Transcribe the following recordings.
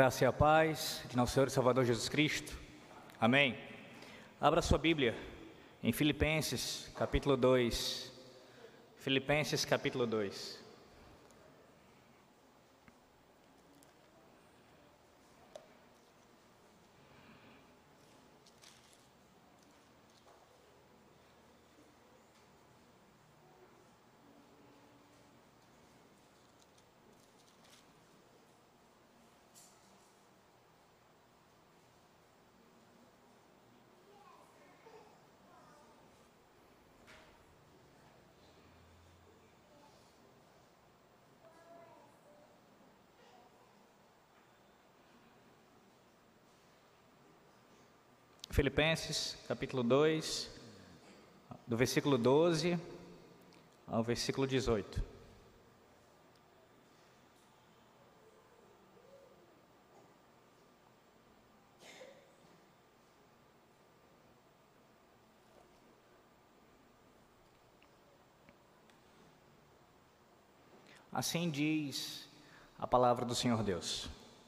graça e a paz de nosso Senhor e Salvador Jesus Cristo. Amém. Abra sua Bíblia em Filipenses, capítulo 2. Filipenses, capítulo 2. Filipenses, capítulo 2, do versículo 12 ao versículo 18. Assim diz a palavra do Senhor Deus.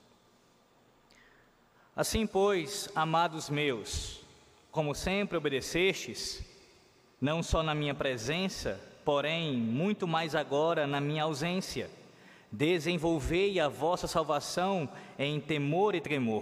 Assim, pois, amados meus, como sempre obedecestes, não só na minha presença, porém, muito mais agora na minha ausência, desenvolvei a vossa salvação em temor e tremor.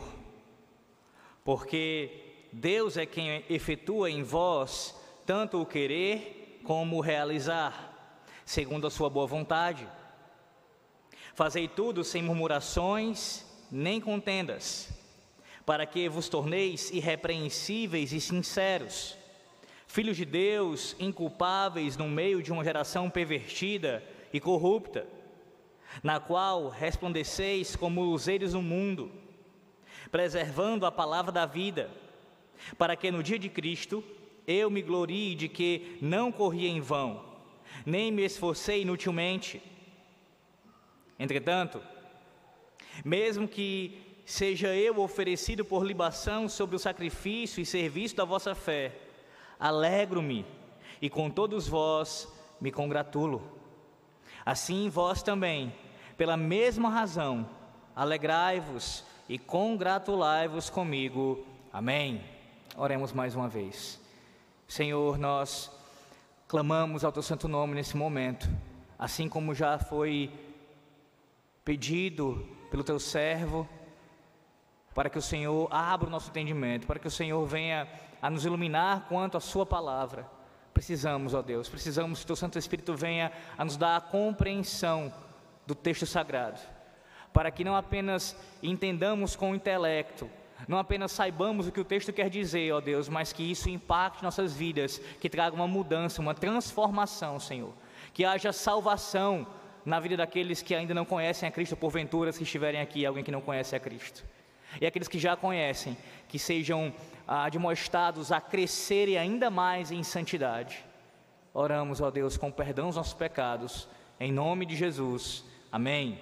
Porque Deus é quem efetua em vós tanto o querer como o realizar, segundo a sua boa vontade. Fazei tudo sem murmurações nem contendas, para que vos torneis irrepreensíveis e sinceros, filhos de Deus, inculpáveis no meio de uma geração pervertida e corrupta, na qual resplandeceis como luzeiros no mundo, preservando a palavra da vida, para que no dia de Cristo eu me glorie de que não corri em vão, nem me esforcei inutilmente. Entretanto, mesmo que seja eu oferecido por libação sobre o sacrifício e serviço da vossa fé, alegro-me e com todos vós me congratulo. Assim vós também, pela mesma razão, alegrai-vos e congratulai-vos comigo. Amém. Oremos mais uma vez. Senhor, nós clamamos ao teu santo nome nesse momento, assim como já foi pedido pelo teu servo, para que o Senhor abra o nosso entendimento, para que o Senhor venha a nos iluminar quanto à sua palavra. Precisamos, ó Deus, precisamos que o teu Santo Espírito venha a nos dar a compreensão do texto sagrado, para que não apenas entendamos com o intelecto, não apenas saibamos o que o texto quer dizer, ó Deus, mas que isso impacte nossas vidas, que traga uma mudança, uma transformação, Senhor, que haja salvação na vida daqueles que ainda não conhecem a Cristo, porventura, se estiverem aqui, alguém que não conhece a Cristo. E aqueles que já conhecem, que sejam admoestados a crescerem ainda mais em santidade. Oramos, ó Deus, com perdão dos nossos pecados, em nome de Jesus. Amém.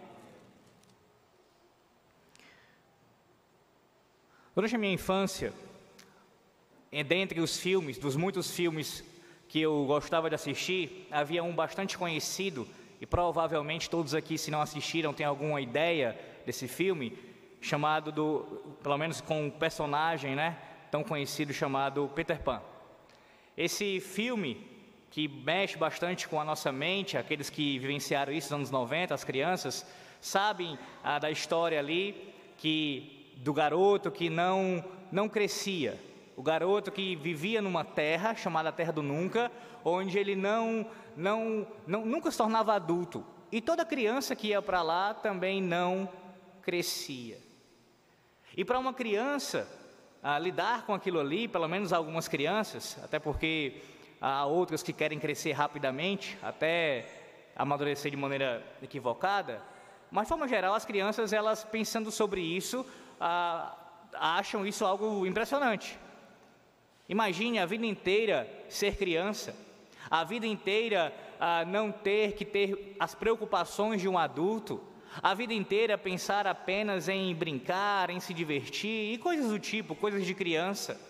Durante a minha infância, dentre os filmes, dos muitos filmes que eu gostava de assistir, havia um bastante conhecido, e provavelmente todos aqui, se não assistiram, têm alguma ideia desse filme, chamado, pelo menos com um personagem, tão conhecido, chamado Peter Pan. Esse filme, que mexe bastante com a nossa mente, aqueles que vivenciaram isso nos anos 90, as crianças, sabem da história ali, do garoto que não crescia, o garoto que vivia numa terra, chamada Terra do Nunca, onde ele nunca se tornava adulto, e toda criança que ia para lá também não crescia. E para uma criança lidar com aquilo ali, pelo menos algumas crianças, até porque há outras que querem crescer rapidamente, até amadurecer de maneira equivocada, mas de forma geral as crianças, elas pensando sobre isso, acham isso algo impressionante. Imagine a vida inteira ser criança, a vida inteira não ter que ter as preocupações de um adulto, a vida inteira pensar apenas em brincar, em se divertir e coisas do tipo, coisas de criança.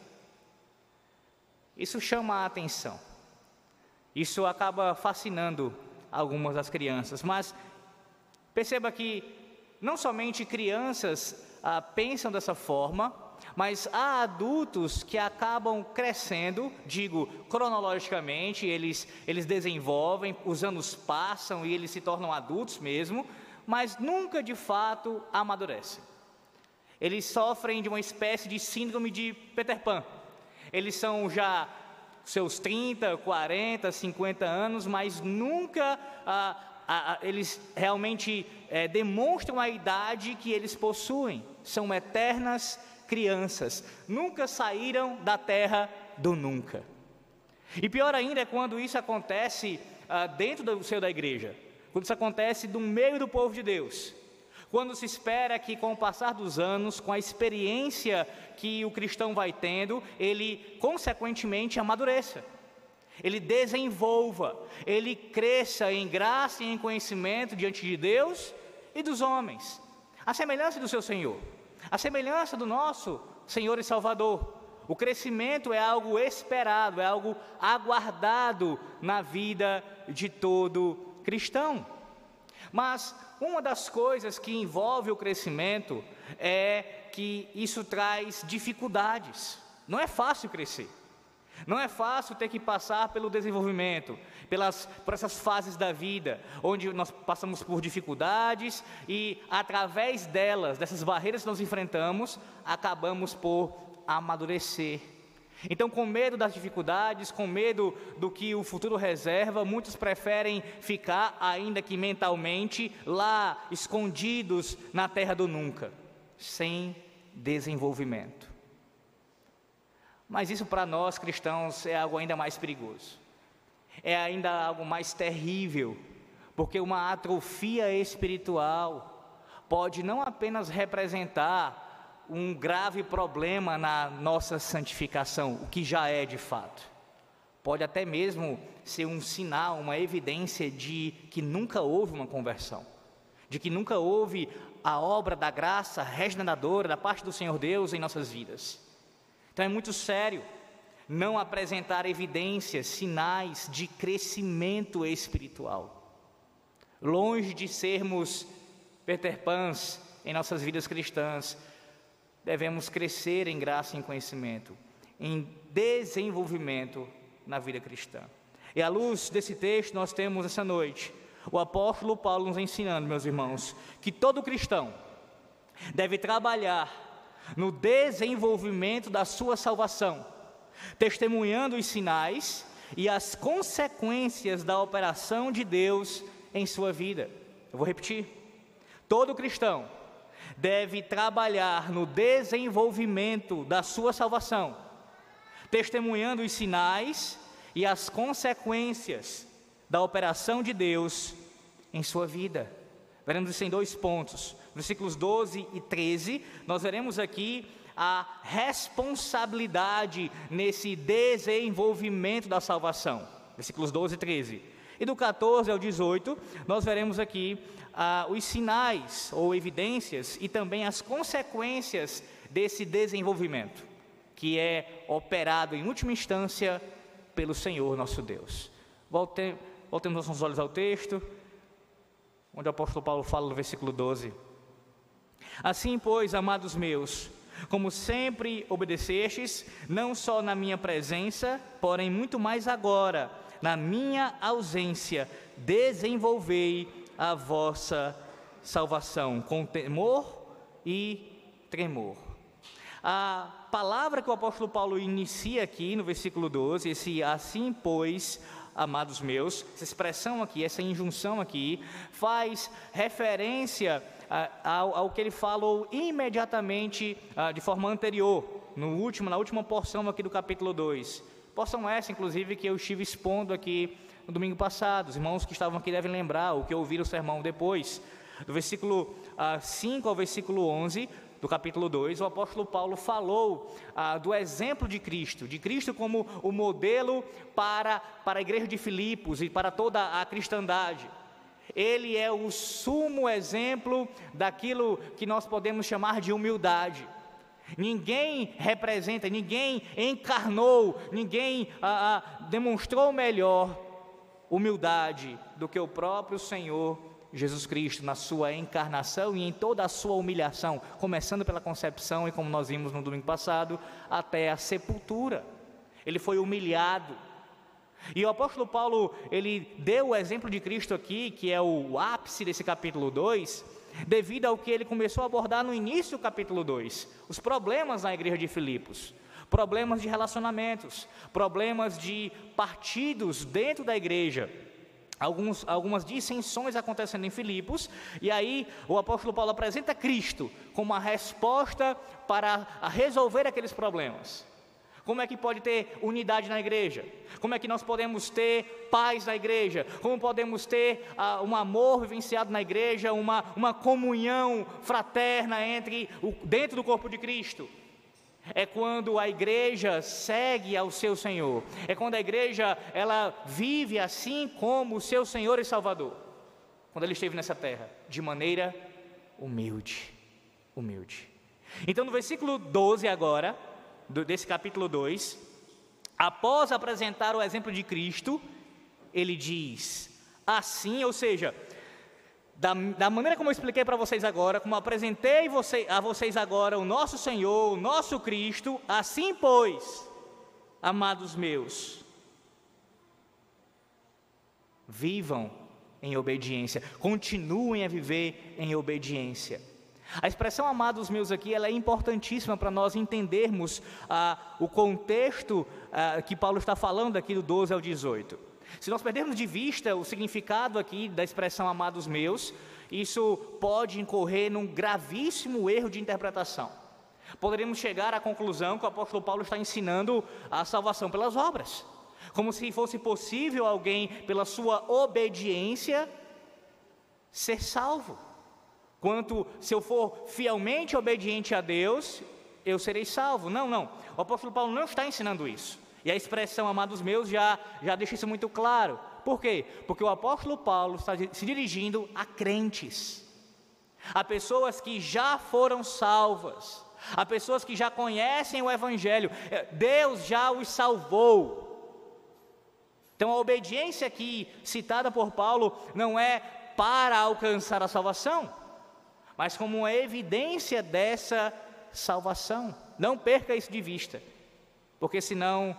Isso chama a atenção, isso acaba fascinando algumas das crianças, mas perceba que não somente crianças pensam dessa forma, mas há adultos que acabam crescendo, digo, cronologicamente, eles desenvolvem, os anos passam e eles se tornam adultos mesmo, mas nunca de fato amadurecem. Eles sofrem de uma espécie de síndrome de Peter Pan. Eles são já seus 30, 40, 50 anos, mas nunca eles realmente demonstram a idade que eles possuem. São eternas crianças, nunca saíram da terra do nunca. E pior ainda é quando isso acontece dentro do seio da igreja, quando isso acontece no meio do povo de Deus, quando se espera que com o passar dos anos, com a experiência que o cristão vai tendo, ele consequentemente amadureça, ele desenvolva, ele cresça em graça e em conhecimento diante de Deus e dos homens, a semelhança do seu Senhor, a semelhança do nosso Senhor e Salvador. O crescimento é algo esperado, é algo aguardado na vida de todo cristão. Mas uma das coisas que envolve o crescimento é que isso traz dificuldades. Não é fácil crescer. Não é fácil ter que passar pelo desenvolvimento, por essas fases da vida, onde nós passamos por dificuldades e através delas, dessas barreiras que nós enfrentamos, acabamos por amadurecer. Então, com medo das dificuldades, com medo do que o futuro reserva, muitos preferem ficar, ainda que mentalmente, lá escondidos na terra do nunca, sem desenvolvimento. Mas isso para nós cristãos é algo ainda mais perigoso, é ainda algo mais terrível, porque uma atrofia espiritual pode não apenas representar um grave problema na nossa santificação, o que já é de fato, pode até mesmo ser um sinal, uma evidência de que nunca houve uma conversão, de que nunca houve a obra da graça regeneradora da parte do Senhor Deus em nossas vidas. Então é muito sério não apresentar evidências, sinais de crescimento espiritual. Longe de sermos Peter Pans em nossas vidas cristãs, devemos crescer em graça e em conhecimento, em desenvolvimento na vida cristã. E à luz desse texto nós temos essa noite o apóstolo Paulo nos ensinando, meus irmãos, que todo cristão deve trabalhar no desenvolvimento da sua salvação, testemunhando os sinais e as consequências da operação de Deus em sua vida. Eu vou repetir: todo cristão deve trabalhar no desenvolvimento da sua salvação, testemunhando os sinais e as consequências da operação de Deus em sua vida. Veremos isso em 2 pontos. Versículos 12 e 13, nós veremos aqui a responsabilidade nesse desenvolvimento da salvação. Versículos 12 e 13. E do 14 ao 18, nós veremos aqui os sinais ou evidências e também as consequências desse desenvolvimento, que é operado em última instância pelo Senhor nosso Deus. Voltemos nossos olhos ao texto, onde o apóstolo Paulo fala no versículo 12. Assim, pois, amados meus, como sempre obedecestes, não só na minha presença, porém muito mais agora, na minha ausência, desenvolvei a vossa salvação com temor e tremor. A palavra que o apóstolo Paulo inicia aqui no versículo 12, esse assim, pois, amados meus, essa expressão aqui, essa injunção aqui, faz referência ao que ele falou imediatamente de forma anterior, na última porção aqui do capítulo 2. Porção essa, inclusive, que eu estive expondo aqui no domingo passado. Os irmãos que estavam aqui devem lembrar, ou que ouviram o sermão depois. Do versículo 5 ao versículo 11 do capítulo 2, o apóstolo Paulo falou do exemplo de Cristo como o modelo para a igreja de Filipos e para toda a cristandade. Ele é o sumo exemplo daquilo que nós podemos chamar de humildade. Ninguém representa, ninguém encarnou, ninguém demonstrou melhor humildade do que o próprio Senhor Jesus Cristo na sua encarnação e em toda a sua humilhação, começando pela concepção e, como nós vimos no domingo passado, até a sepultura. Ele foi humilhado. E o apóstolo Paulo, ele deu o exemplo de Cristo aqui, que é o ápice desse capítulo 2, devido ao que ele começou a abordar no início do capítulo 2, os problemas na igreja de Filipos, problemas de relacionamentos, problemas de partidos dentro da igreja, algumas dissensões acontecendo em Filipos, e aí o apóstolo Paulo apresenta Cristo como a resposta para resolver aqueles problemas. Como é que pode ter unidade na igreja? Como é que nós podemos ter paz na igreja? Como podemos ter um amor vivenciado na igreja, uma comunhão fraterna dentro do corpo de Cristo? É quando a igreja segue ao seu Senhor. É quando a igreja, ela vive assim como o seu Senhor e Salvador. Quando ele esteve nessa terra, de maneira humilde. Então no versículo 12 agora, desse capítulo 2, após apresentar o exemplo de Cristo, ele diz assim, ou seja, da maneira como eu expliquei para vocês agora, como apresentei a vocês agora o nosso Senhor, o nosso Cristo, assim pois, amados meus, vivam em obediência, continuem a viver em obediência. A expressão amados meus aqui, ela é importantíssima para nós entendermos o contexto que Paulo está falando aqui do 12 ao 18. Se nós perdermos de vista o significado aqui da expressão amados meus, isso pode incorrer num gravíssimo erro de interpretação. Poderíamos chegar à conclusão que o apóstolo Paulo está ensinando a salvação pelas obras, como se fosse possível alguém, pela sua obediência, ser salvo. Quanto se eu for fielmente obediente a Deus, eu serei salvo. Não. O apóstolo Paulo não está ensinando isso. E a expressão amados meus já deixa isso muito claro. Por quê? Porque o apóstolo Paulo está se dirigindo a crentes, a pessoas que já foram salvas, a pessoas que já conhecem o Evangelho. Deus já os salvou. Então a obediência aqui citada por Paulo não é para alcançar a salvação, mas como uma evidência dessa salvação. Não perca isso de vista, porque senão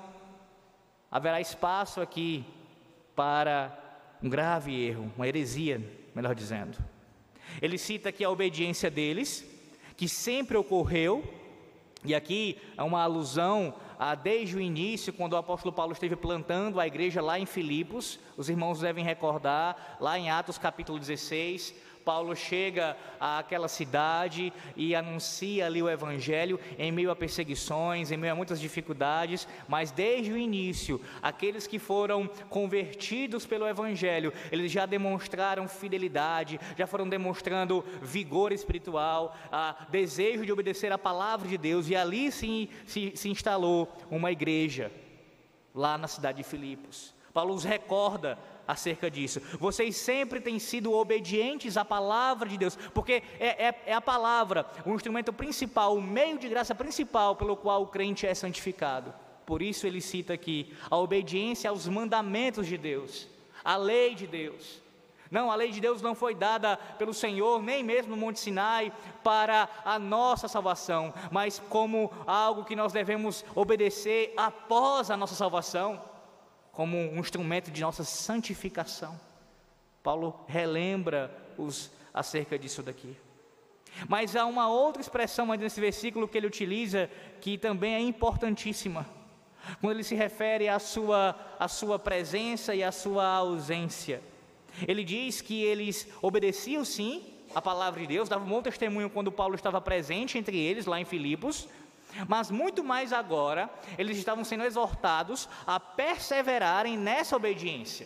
haverá espaço aqui para um grave erro, uma heresia, melhor dizendo. Ele cita aqui a obediência deles, que sempre ocorreu, e aqui é uma alusão desde o início, quando o apóstolo Paulo esteve plantando a igreja lá em Filipos. Os irmãos devem recordar, lá em Atos capítulo 16, Paulo chega àquela cidade e anuncia ali o Evangelho em meio a perseguições, em meio a muitas dificuldades, mas desde o início, aqueles que foram convertidos pelo Evangelho, eles já demonstraram fidelidade, já foram demonstrando vigor espiritual, desejo de obedecer a palavra de Deus, e ali se instalou uma igreja, lá na cidade de Filipos. Paulo os recorda acerca disso. Vocês sempre têm sido obedientes à palavra de Deus, porque é a palavra o instrumento principal, o meio de graça principal pelo qual o crente é santificado. Por isso ele cita aqui a obediência aos mandamentos de Deus, a lei de Deus. Não, a lei de Deus não foi dada pelo Senhor, nem mesmo no Monte Sinai, para a nossa salvação, mas como algo que nós devemos obedecer após a nossa salvação, como um instrumento de nossa santificação. Paulo relembra acerca disso daqui. Mas há uma outra expressão nesse versículo que ele utiliza, que também é importantíssima, quando ele se refere à sua presença e à sua ausência. Ele diz que eles obedeciam sim a palavra de Deus, davam um bom testemunho quando Paulo estava presente entre eles, lá em Filipos, mas muito mais agora, eles estavam sendo exortados a perseverarem nessa obediência.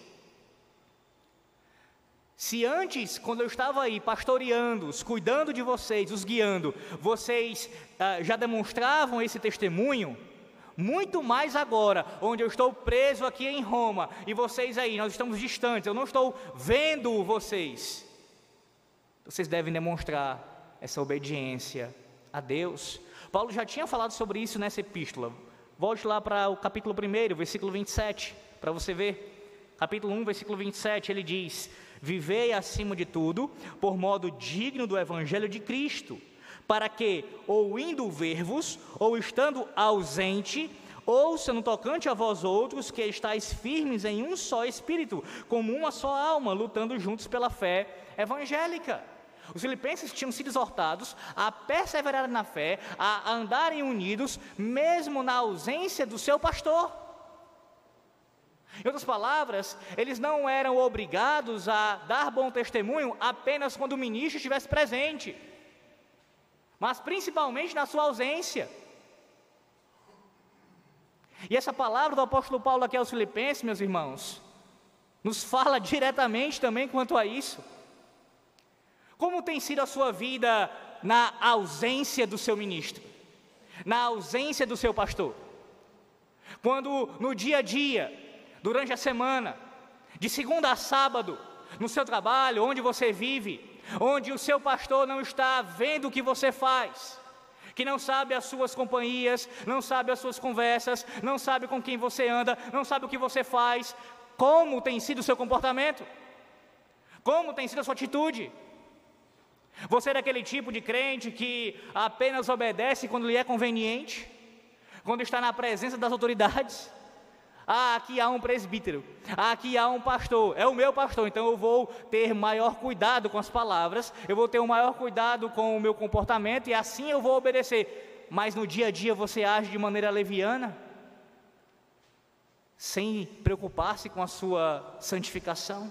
Se antes, quando eu estava aí pastoreando-os, cuidando de vocês, os guiando, vocês já demonstravam esse testemunho, muito mais agora, onde eu estou preso aqui em Roma, e vocês aí, nós estamos distantes, eu não estou vendo vocês devem demonstrar essa obediência a Deus. Paulo já tinha falado sobre isso nessa epístola. Volte lá para o capítulo 1, versículo 27, para você ver. Capítulo 1, versículo 27, ele diz: Vivei acima de tudo, por modo digno do Evangelho de Cristo, para que, ou indo ver-vos, ou estando ausente, ouça no tocante a vós outros, que estáis firmes em um só Espírito, como uma só alma, lutando juntos pela fé evangélica. Os filipenses tinham sido exortados a perseverar na fé, a andarem unidos, mesmo na ausência do seu pastor. Em outras palavras, eles não eram obrigados a dar bom testemunho apenas quando o ministro estivesse presente, mas principalmente na sua ausência. E essa palavra do apóstolo Paulo aqui aos Filipenses, meus irmãos, nos fala diretamente também quanto a isso. Como tem sido a sua vida na ausência do seu ministro, na ausência do seu pastor? Quando no dia a dia, durante a semana, de segunda a sábado, no seu trabalho, onde você vive, onde o seu pastor não está vendo o que você faz, que não sabe as suas companhias, não sabe as suas conversas, não sabe com quem você anda, não sabe o que você faz, como tem sido o seu comportamento? Como tem sido a sua atitude? Você é daquele tipo de crente que apenas obedece quando lhe é conveniente, quando está na presença das autoridades? Aqui há um presbítero, aqui há um pastor, é o meu pastor, então eu vou ter maior cuidado com as palavras, eu vou ter um maior cuidado com o meu comportamento e assim eu vou obedecer. Mas no dia a dia você age de maneira leviana, sem preocupar-se com a sua santificação.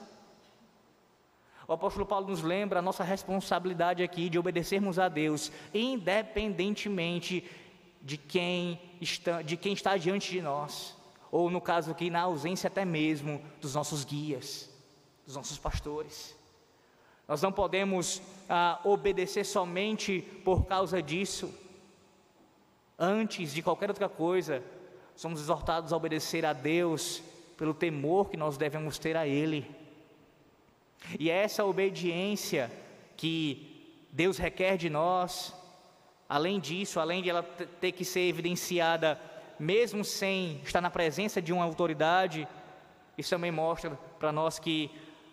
O apóstolo Paulo nos lembra a nossa responsabilidade aqui de obedecermos a Deus, independentemente de quem está diante de nós, ou no caso aqui, na ausência até mesmo dos nossos guias, dos nossos pastores. Nós não podemos obedecer somente por causa disso. Antes de qualquer outra coisa, somos exortados a obedecer a Deus pelo temor que nós devemos ter a Ele. E é essa obediência que Deus requer de nós. Além disso, além de ela ter que ser evidenciada mesmo sem estar na presença de uma autoridade, isso também mostra para nós que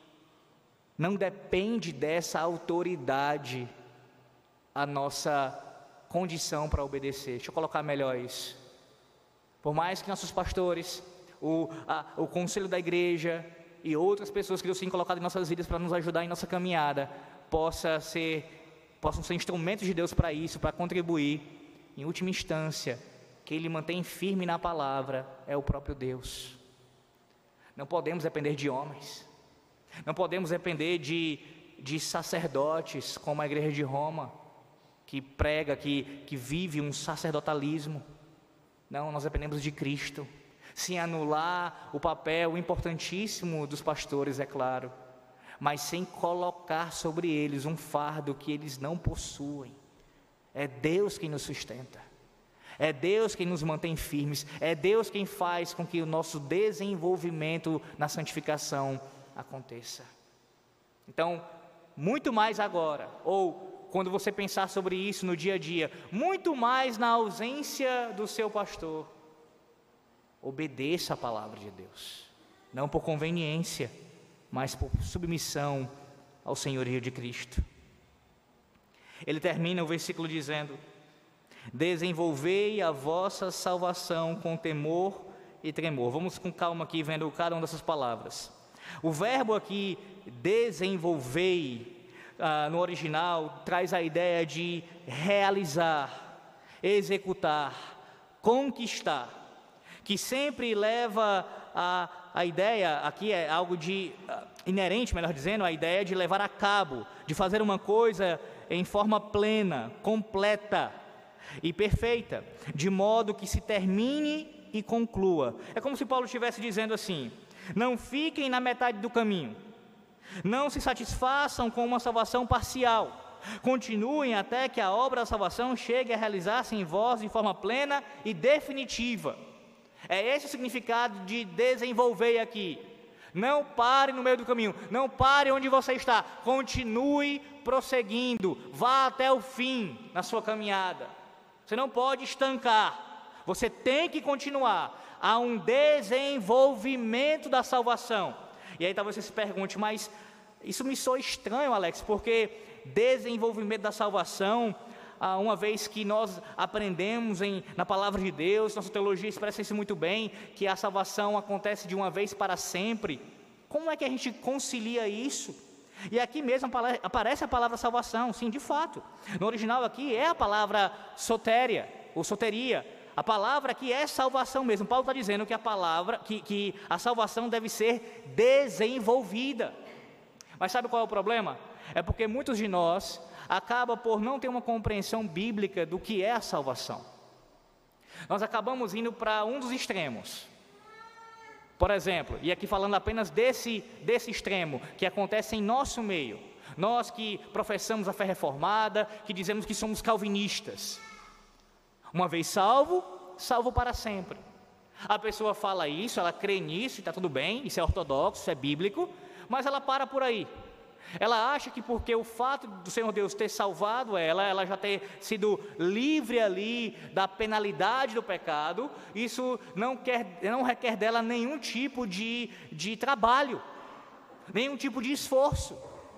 não depende dessa autoridade a nossa condição para obedecer. Deixa eu colocar melhor isso. Por mais que nossos pastores, o conselho da igreja e outras pessoas que Deus tem colocado em nossas vidas para nos ajudar em nossa caminhada, possam ser instrumentos de Deus para isso, para contribuir, em última instância, quem Ele mantém firme na palavra é o próprio Deus. Não podemos depender de homens, não podemos depender de sacerdotes, como a igreja de Roma, que prega, que vive um sacerdotalismo. Não, nós dependemos de Cristo, sem anular o papel importantíssimo dos pastores, é claro, mas sem colocar sobre eles um fardo que eles não possuem. É Deus quem nos sustenta, é Deus quem nos mantém firmes, é Deus quem faz com que o nosso desenvolvimento na santificação aconteça. Então, muito mais agora, ou quando você pensar sobre isso no dia a dia, muito mais na ausência do seu pastor, obedeça a palavra de Deus, não por conveniência, mas por submissão ao senhorio de Cristo. Ele termina o versículo dizendo: desenvolvei a vossa salvação com temor e tremor. Vamos com calma aqui, vendo cada uma dessas palavras. O verbo aqui, desenvolvei, no original, traz a ideia de realizar, executar, conquistar, que sempre leva a ideia, aqui é algo de inerente, melhor dizendo, a ideia de levar a cabo, de fazer uma coisa em forma plena, completa e perfeita, de modo que se termine e conclua. É como se Paulo estivesse dizendo assim: não fiquem na metade do caminho, não se satisfaçam com uma salvação parcial, continuem até que a obra da salvação chegue a realizar-se em vós de forma plena e definitiva. É esse o significado de desenvolver aqui. Não pare no meio do caminho, não pare onde você está, continue prosseguindo, vá até o fim na sua caminhada. Você não pode estancar, você tem que continuar. Há um desenvolvimento da salvação. E aí talvez você se pergunte, mas Isso me soa estranho, Alex, porque desenvolvimento da salvação, uma vez que nós aprendemos na palavra de Deus, nossa teologia expressa isso muito bem, que a salvação acontece de uma vez para sempre. Como é que a gente concilia isso? E aqui mesmo aparece a palavra salvação, sim, de fato. No original aqui é a palavra sotéria, ou soteria. A palavra aqui é salvação mesmo. Paulo está dizendo que que a salvação deve ser desenvolvida. Mas sabe qual é o problema? É porque muitos de nós acabam por não ter uma compreensão bíblica do que é a salvação. Nós acabamos indo para um dos extremos. Por exemplo, e aqui falando apenas desse extremo que acontece em nosso meio, nós que professamos a fé reformada, que dizemos que somos calvinistas. Uma vez salvo, salvo para sempre. A pessoa fala isso, ela crê nisso, e está tudo bem, isso é ortodoxo, isso é bíblico, mas ela para por aí. Ela acha que porque o fato do Senhor Deus ter salvado ela já ter sido livre ali da penalidade do pecado, isso não requer dela nenhum tipo de trabalho, nenhum tipo de esforço.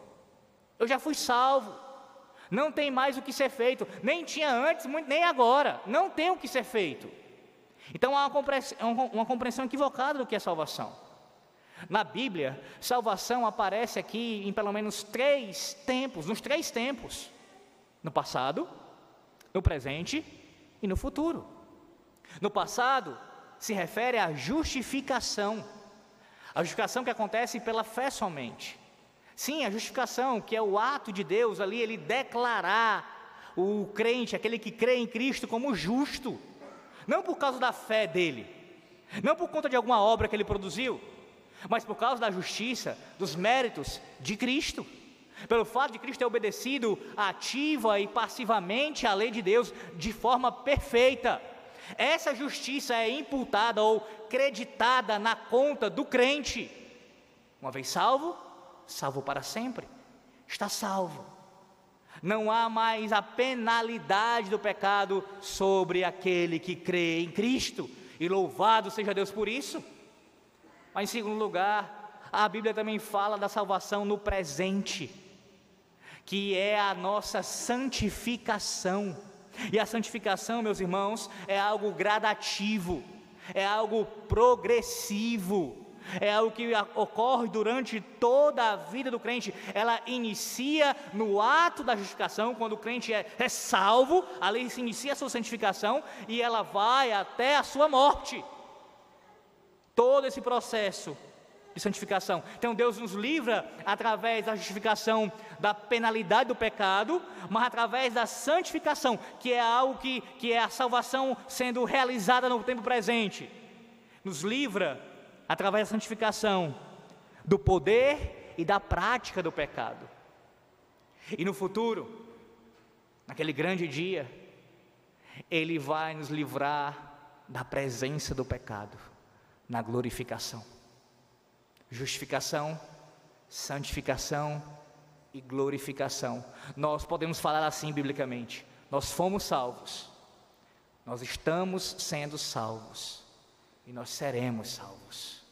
Eu já fui salvo, não tem mais o que ser feito, nem tinha antes, nem agora, não tem o que ser feito. Então há uma compreensão equivocada do que é salvação. Na Bíblia, salvação aparece aqui em pelo menos nos três tempos: no passado, no presente e no futuro. No passado, se refere à justificação, a justificação que acontece pela fé somente. Sim, a justificação, que é o ato de Deus ali, ele declarar o crente, aquele que crê em Cristo, como justo, não por causa da fé dele, não por conta de alguma obra que ele produziu, mas por causa da justiça, dos méritos de Cristo, pelo fato de Cristo ter obedecido ativa e passivamente à lei de Deus de forma perfeita. Essa justiça é imputada ou creditada na conta do crente. Uma vez salvo, salvo para sempre, está salvo. Não há mais a penalidade do pecado sobre aquele que crê em Cristo, e louvado seja Deus por isso. Mas em segundo lugar, a Bíblia também fala da salvação no presente, que é a nossa santificação. E a santificação, meus irmãos, é algo gradativo, é algo progressivo, é algo que ocorre durante toda a vida do crente. Ela inicia no ato da justificação, quando o crente é salvo, ali se inicia a sua santificação, e ela vai até a sua morte. Todo esse processo de santificação. Então Deus nos livra através da justificação da penalidade do pecado, mas através da santificação, que é algo que é a salvação sendo realizada no tempo presente. Nos livra através da santificação do poder e da prática do pecado. E no futuro, naquele grande dia, Ele vai nos livrar da presença do pecado, na glorificação. Justificação, santificação e glorificação. Nós podemos falar assim biblicamente: nós fomos salvos, nós estamos sendo salvos e nós seremos salvos.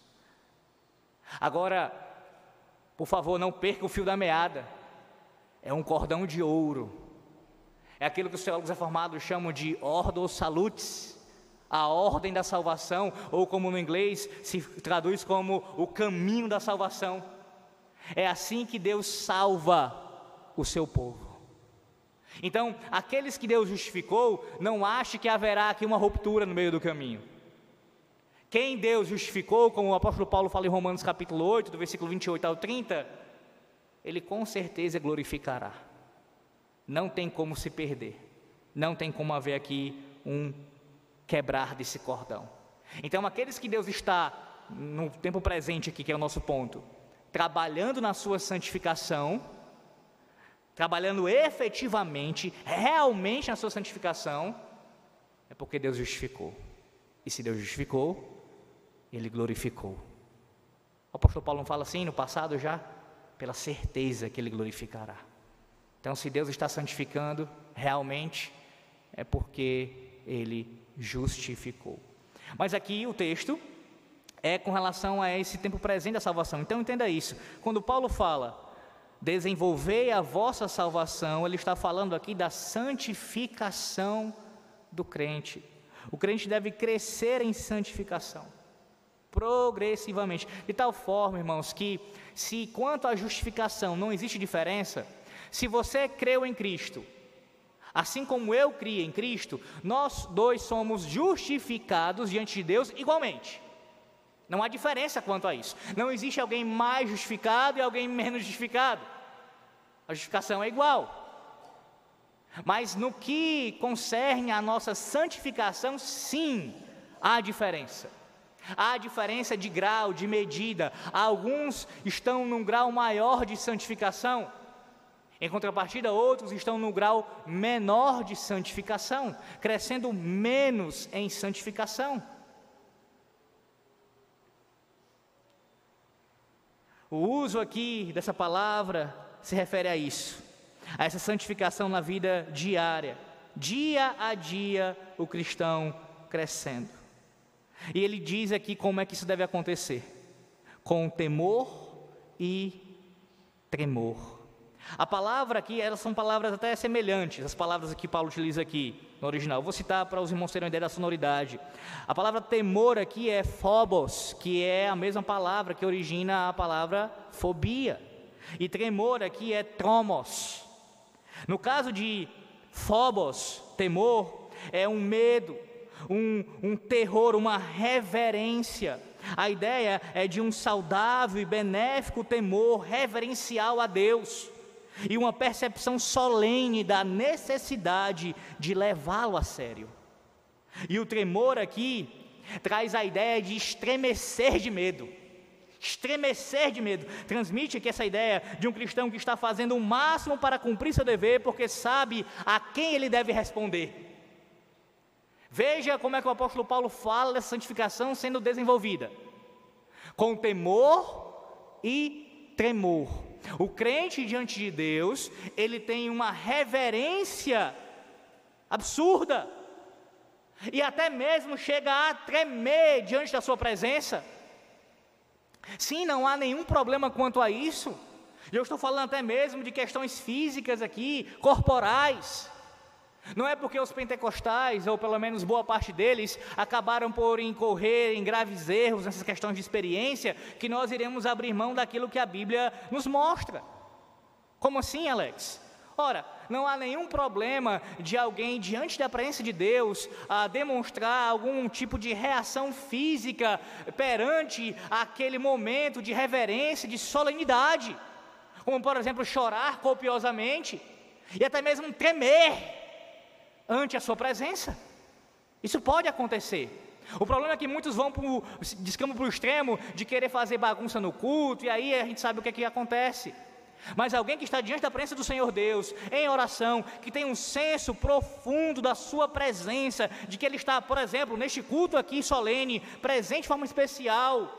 Agora, por favor, não perca o fio da meada. É um cordão de ouro. É aquilo que os teólogos reformados chamam de Ordo Salutis, a ordem da salvação, ou como no inglês se traduz como o caminho da salvação. É assim que Deus salva o seu povo. Então, aqueles que Deus justificou, não ache que haverá aqui uma ruptura no meio do caminho. Quem Deus justificou, como o apóstolo Paulo fala em Romanos capítulo 8, do versículo 28 ao 30, Ele com certeza glorificará. Não tem como se perder, não tem como haver aqui um quebrar desse cordão. Então, aqueles que Deus está, no tempo presente aqui, que é o nosso ponto, trabalhando na sua santificação, trabalhando efetivamente, realmente na sua santificação, é porque Deus justificou. E se Deus justificou, Ele glorificou. O apóstolo Paulo não fala assim no passado já? Pela certeza que Ele glorificará. Então, se Deus está santificando, realmente, é porque Ele justificou. Mas aqui o texto é com relação a esse tempo presente da salvação. Então entenda isso: quando Paulo fala desenvolvei a vossa salvação, ele está falando aqui da santificação do crente. O crente deve crescer em santificação, progressivamente, de tal forma, irmãos, que se quanto à justificação não existe diferença, se você creu em Cristo, assim como eu criei em Cristo, nós dois somos justificados diante de Deus igualmente. Não há diferença quanto a isso. Não existe alguém mais justificado e alguém menos justificado. A justificação é igual. Mas no que concerne a nossa santificação, sim, há diferença. Há diferença de grau, de medida. Alguns estão num grau maior de santificação. Em contrapartida, outros estão no grau menor de santificação, crescendo menos em santificação. O uso aqui dessa palavra se refere a isso, a essa santificação na vida diária, dia a dia o cristão crescendo. E ele diz aqui como é que isso deve acontecer: com temor e tremor. A palavra aqui, elas são palavras até semelhantes, as palavras que Paulo utiliza aqui no original. Eu vou citar para os irmãos terem uma ideia da sonoridade. A palavra temor aqui é phobos, que é a mesma palavra que origina a palavra fobia. E tremor aqui é tromos. No caso de phobos, temor, é um medo, um terror, uma reverência. A ideia é de um saudável e benéfico temor reverencial a Deus, e uma percepção solene da necessidade de levá-lo a sério. E o tremor aqui traz a ideia de estremecer de medo. Estremecer de medo. Transmite aqui essa ideia de um cristão que está fazendo o máximo para cumprir seu dever, porque sabe a quem ele deve responder. Veja como é que o apóstolo Paulo fala dessa santificação sendo desenvolvida: com temor e tremor. O crente diante de Deus, ele tem uma reverência absurda, e até mesmo chega a tremer diante da sua presença. Sim, não há nenhum problema quanto a isso. Eu estou falando até mesmo de questões físicas aqui, corporais. Não é porque os pentecostais, ou pelo menos boa parte deles, acabaram por incorrer em graves erros nessas questões de experiência, que nós iremos abrir mão daquilo que a Bíblia nos mostra. Como assim, Alex? Ora, não há nenhum problema de alguém diante da presença de Deus demonstrar algum tipo de reação física perante aquele momento de reverência, de solenidade, como por exemplo chorar copiosamente e até mesmo tremer ante a sua presença. Isso pode acontecer. O problema é que muitos vão descambam para o extremo de querer fazer bagunça no culto, e aí a gente sabe o que acontece. Mas alguém que está diante da presença do Senhor Deus, em oração, que tem um senso profundo da sua presença, de que Ele está, por exemplo, neste culto aqui solene, presente de forma especial,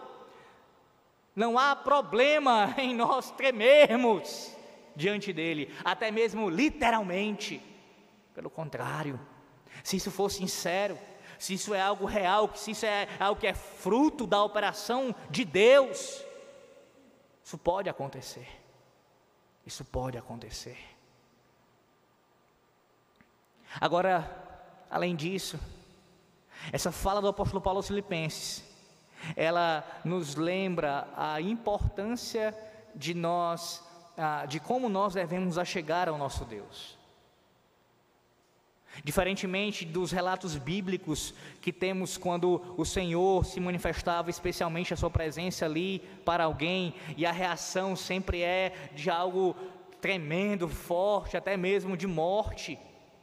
não há problema em nós tremermos diante dEle, até mesmo literalmente. Pelo contrário, se isso for sincero, se isso é algo real, se isso é algo que é fruto da operação de Deus, isso pode acontecer. Isso pode acontecer. Agora, além disso, essa fala do apóstolo Paulo aos Filipenses, ela nos lembra a importância de nós, de como nós devemos achegar ao nosso Deus. Diferentemente dos relatos bíblicos que temos quando o Senhor se manifestava especialmente a sua presença ali para alguém, e a reação sempre é de algo tremendo, forte, até mesmo de morte.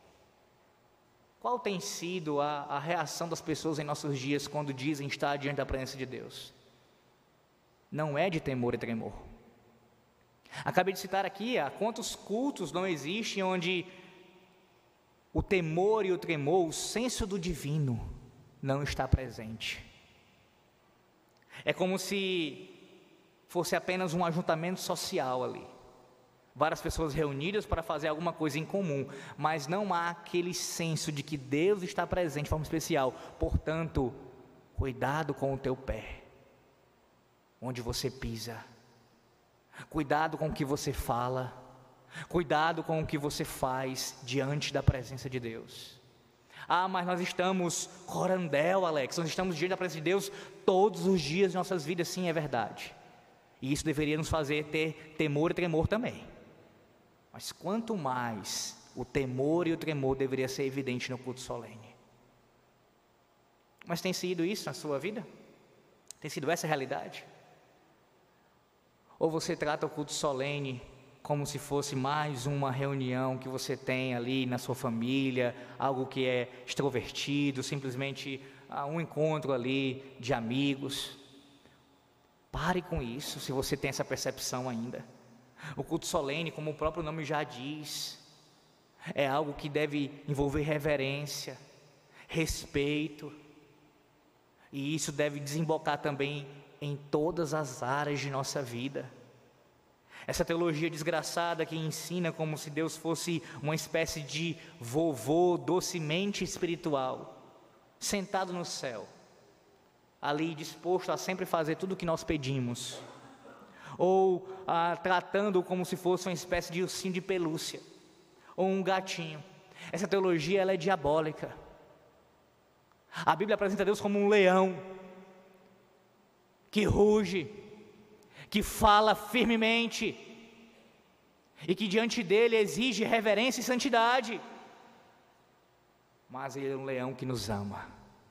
Qual tem sido a reação das pessoas em nossos dias quando dizem estar diante da presença de Deus? Não é de temor e tremor. Acabei de citar aqui, quantos cultos não existem onde o temor e o tremor, o senso do divino, não está presente. É como se fosse apenas um ajuntamento social ali. Várias pessoas reunidas para fazer alguma coisa em comum, mas não há aquele senso de que Deus está presente de forma especial. Portanto, cuidado com o teu pé, onde você pisa. Cuidado com o que você fala, cuidado com o que você faz diante da presença de Deus. Ah, mas nós estamos corandel, Alex, nós estamos diante da presença de Deus todos os dias de nossas vidas. Sim, é verdade. E isso deveria nos fazer ter temor e tremor também. Mas quanto mais, o temor e o tremor deveria ser evidente no culto solene. Mas tem sido isso na sua vida? Tem sido essa a realidade? Ou você trata o culto solene como se fosse mais uma reunião que você tem ali na sua família, algo que é extrovertido, simplesmente um encontro ali de amigos? Pare com isso, se você tem essa percepção ainda. O culto solene, como o próprio nome já diz, é algo que deve envolver reverência, respeito, e isso deve desembocar também em todas as áreas de nossa vida. Essa teologia desgraçada que ensina como se Deus fosse uma espécie de vovô docemente espiritual, sentado no céu, ali disposto a sempre fazer tudo o que nós pedimos, ou tratando como se fosse uma espécie de ursinho de pelúcia, ou um gatinho. Essa teologia, ela é diabólica. A Bíblia apresenta Deus como um leão, que ruge, que fala firmemente, e que diante dele exige reverência e santidade. Mas ele é um leão que nos ama,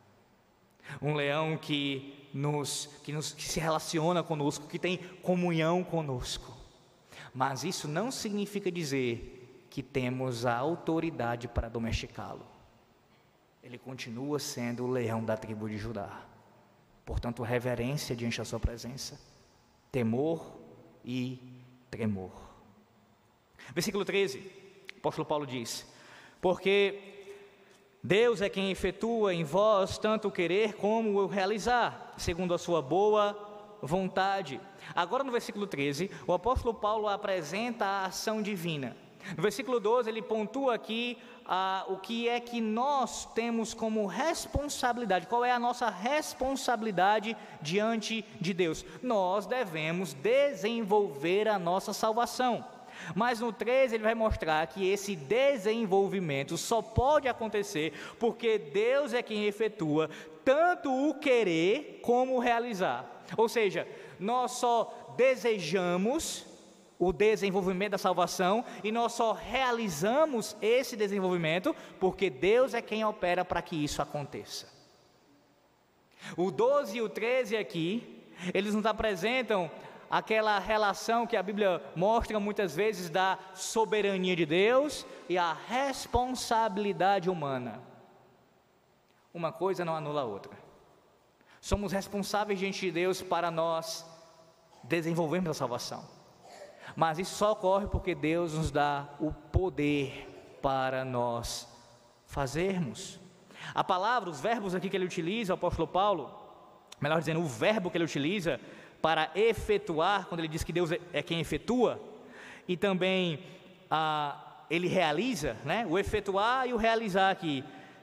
um leão que se relaciona conosco, que tem comunhão conosco. Mas isso não significa dizer que temos a autoridade para domesticá-lo. Ele continua sendo o leão da tribo de Judá. Portanto, reverência diante da sua presença, temor e tremor. Versículo 13, o apóstolo Paulo diz: porque Deus é quem efetua em vós tanto o querer como o realizar, segundo a sua boa vontade. Agora no versículo 13, o apóstolo Paulo apresenta a ação divina. No versículo 12, ele pontua aqui o que é que nós temos como responsabilidade. Qual é a nossa responsabilidade diante de Deus? Nós devemos desenvolver a nossa salvação. Mas no 13 ele vai mostrar que esse desenvolvimento só pode acontecer porque Deus é quem efetua tanto o querer como o realizar. Ou seja, nós só desejamos o desenvolvimento da salvação e nós só realizamos esse desenvolvimento porque Deus é quem opera para que isso aconteça. O 12 e o 13 aqui, eles nos apresentam aquela relação que a Bíblia mostra muitas vezes da soberania de Deus e a responsabilidade humana. Uma coisa não anula a outra. Somos responsáveis diante de Deus para nós desenvolvermos a salvação. Mas isso só ocorre porque Deus nos dá o poder para nós fazermos. A palavra, os verbos aqui que ele utiliza, o apóstolo Paulo, melhor dizendo, o verbo que ele utiliza para efetuar, quando ele diz que Deus é quem efetua, e também ele realiza, né? O efetuar e o realizar aqui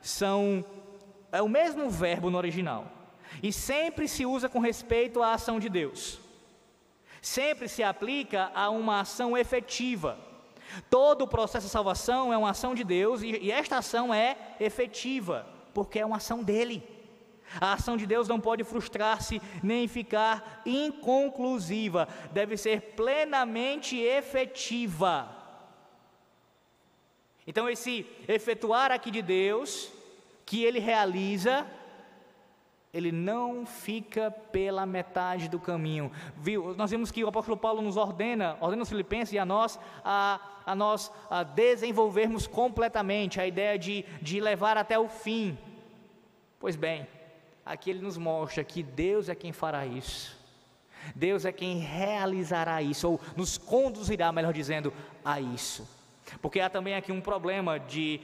é o mesmo verbo no original, e sempre se usa com respeito à ação de Deus. Sempre se aplica a uma ação efetiva. Todo o processo de salvação é uma ação de Deus e esta ação é efetiva, porque é uma ação dele. A ação de Deus não pode frustrar-se nem ficar inconclusiva, deve ser plenamente efetiva. Então esse efetuar aqui de Deus, que ele realiza, ele não fica pela metade do caminho. Nós vimos que o apóstolo Paulo nos ordena os filipenses e a nós a desenvolvermos completamente a ideia de levar até o fim. Pois bem, aqui ele nos mostra que Deus é quem fará isso. Deus é quem realizará isso, ou nos conduzirá, melhor dizendo, a isso. Porque há também aqui um problema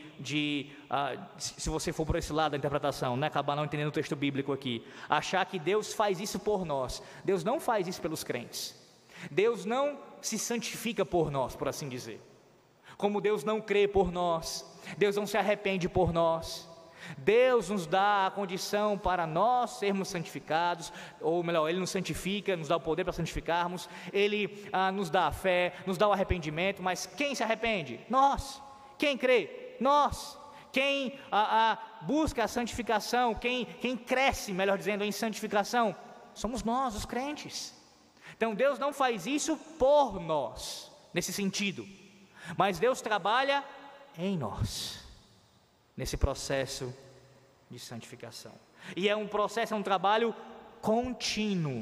se você for por esse lado da interpretação, né, acabar não entendendo o texto bíblico aqui, achar que Deus faz isso por nós. Deus não faz isso pelos crentes. Deus não se santifica por nós, por assim dizer. Como Deus não crê por nós, Deus não se arrepende por nós, Deus nos dá a condição para nós sermos santificados, ou melhor, Ele nos santifica, nos dá o poder para santificarmos, Ele nos dá a fé, nos dá o arrependimento, mas quem se arrepende? Nós. Quem crê? Nós. Quem busca a santificação, quem cresce, melhor dizendo, em santificação, somos nós, os crentes. Então Deus não faz isso por nós, nesse sentido, mas Deus trabalha em nós, nesse processo de santificação. E é um processo, é um trabalho contínuo,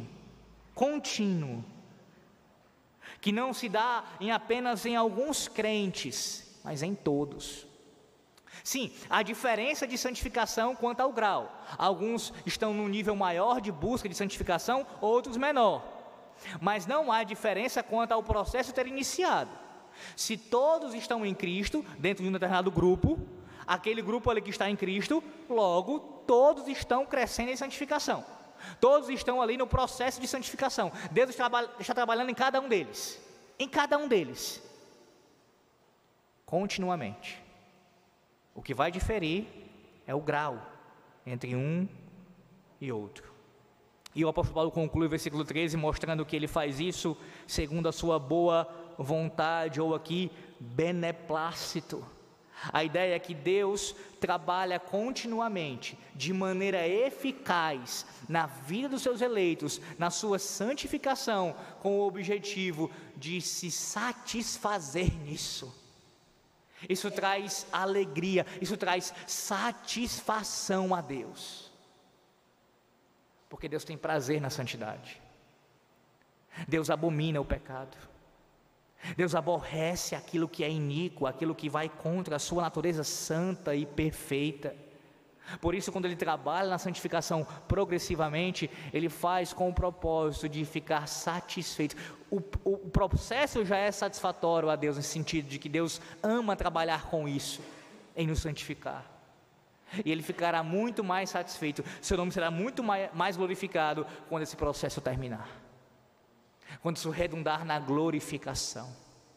que não se dá apenas em alguns crentes, mas em todos. Sim, há diferença de santificação quanto ao grau. Alguns estão num nível maior de busca de santificação, outros menor. Mas não há diferença quanto ao processo ter iniciado. Se todos estão em Cristo, dentro de um determinado grupo, aquele grupo ali que está em Cristo, logo todos estão crescendo em santificação. Todos estão ali no processo de santificação. Deus está trabalhando em cada um deles. Em cada um deles. Continuamente. O que vai diferir é o grau entre um e outro. E o apóstolo Paulo conclui o versículo 13, mostrando que ele faz isso segundo a sua boa vontade, ou aqui, beneplácito. A ideia é que Deus trabalha continuamente, de maneira eficaz, na vida dos seus eleitos, na sua santificação, com o objetivo de se satisfazer nisso. Isso traz alegria, isso traz satisfação a Deus, porque Deus tem prazer na santidade. Deus abomina o pecado, Deus aborrece aquilo que é iníquo, aquilo que vai contra a sua natureza santa e perfeita. Por isso, quando Ele trabalha na santificação progressivamente, Ele faz com o propósito de ficar satisfeito. O processo já é satisfatório a Deus, nesse sentido de que Deus ama trabalhar com isso, em nos santificar. E Ele ficará muito mais satisfeito, seu nome será muito mais glorificado quando esse processo terminar, quando isso redundar na glorificação.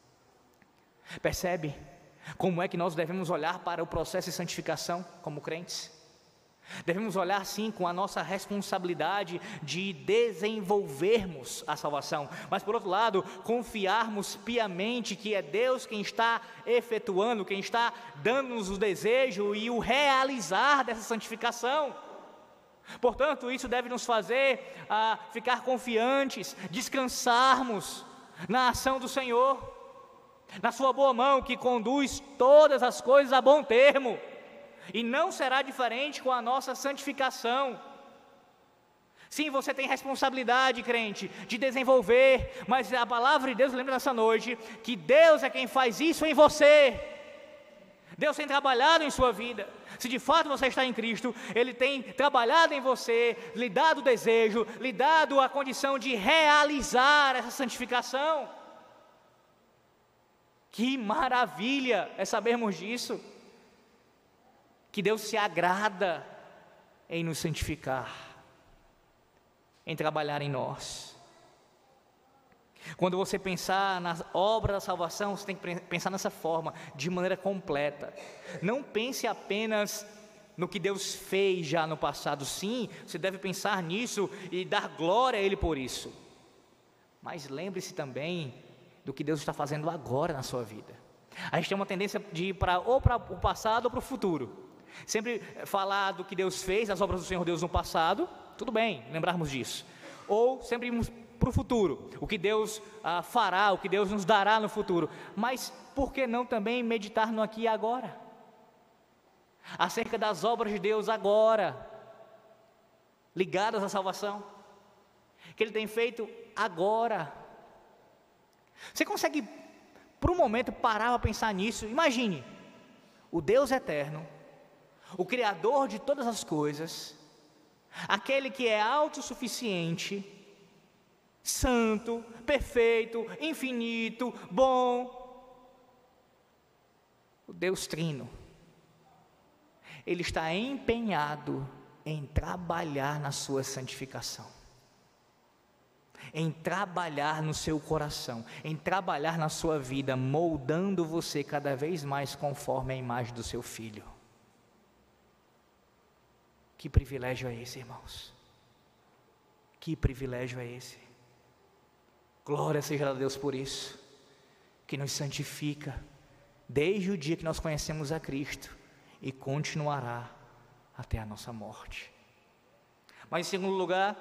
Percebe como é que nós devemos olhar para o processo de santificação como crentes? Devemos olhar sim com a nossa responsabilidade de desenvolvermos a salvação, mas por outro lado, confiarmos piamente que é Deus quem está efetuando, quem está dando-nos o desejo e o realizar dessa santificação. Portanto, isso deve nos fazer ficar confiantes, descansarmos na ação do Senhor, na sua boa mão que conduz todas as coisas a bom termo. E não será diferente com a nossa santificação. Sim, você tem responsabilidade, crente, de desenvolver, mas a palavra de Deus lembra nessa noite que Deus é quem faz isso em você. Deus tem trabalhado em sua vida. Se de fato você está em Cristo, Ele tem trabalhado em você, lhe dado o desejo, lhe dado a condição de realizar essa santificação. Que maravilha é sabermos disso. Que Deus se agrada em nos santificar, em trabalhar em nós. Quando você pensar na obra da salvação, você tem que pensar nessa forma, de maneira completa. Não pense apenas no que Deus fez já no passado. Sim, você deve pensar nisso e dar glória a Ele por isso. Mas lembre-se também do que Deus está fazendo agora na sua vida. A gente tem uma tendência de ir para o passado ou para o futuro. Sempre falar do que Deus fez, das obras do Senhor Deus no passado, tudo bem, lembrarmos disso. Ou sempre irmos para o futuro, o que Deus fará, o que Deus nos dará no futuro. Mas por que não também meditar no aqui e agora? Acerca das obras de Deus agora, ligadas à salvação, que Ele tem feito agora. Você consegue, por um momento, parar para pensar nisso? Imagine, o Deus eterno, o Criador de todas as coisas, aquele que é autossuficiente, santo, perfeito, infinito, bom, o Deus Trino, Ele está empenhado em trabalhar na sua santificação, em trabalhar no seu coração, em trabalhar na sua vida, moldando você cada vez mais conforme a imagem do seu Filho. Que privilégio é esse, irmãos? Que privilégio é esse? Glória seja a Deus por isso, que nos santifica desde o dia que nós conhecemos a Cristo e continuará até a nossa morte. Mas em segundo lugar,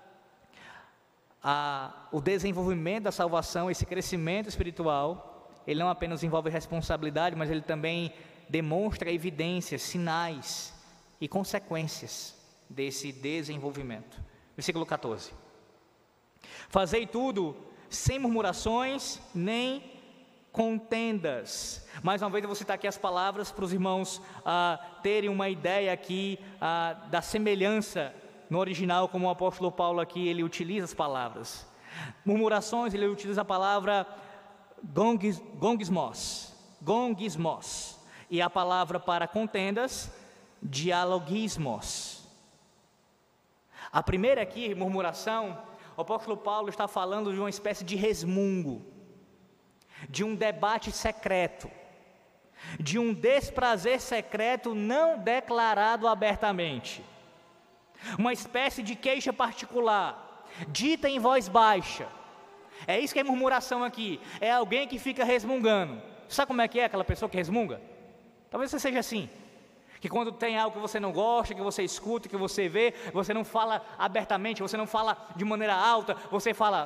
o desenvolvimento da salvação, esse crescimento espiritual, ele não apenas envolve responsabilidade, mas ele também demonstra evidências, sinais e consequências desse desenvolvimento. Versículo 14. Fazei tudo sem murmurações nem contendas. Mais uma vez eu vou citar aqui as palavras para os irmãos terem uma ideia aqui da semelhança no original, como o apóstolo Paulo aqui, ele utiliza as palavras. Murmurações, ele utiliza a palavra gongismos, e a palavra para contendas, dialogismos. A primeira aqui, murmuração, o apóstolo Paulo está falando de uma espécie de resmungo, de um debate secreto, de um desprazer secreto não declarado abertamente, uma espécie de queixa particular, dita em voz baixa. É isso que é murmuração aqui, é alguém que fica resmungando. Sabe como é que é aquela pessoa que resmunga? Talvez você seja assim, que quando tem algo que você não gosta, que você escuta, que você vê, você não fala abertamente, você não fala de maneira alta, você fala,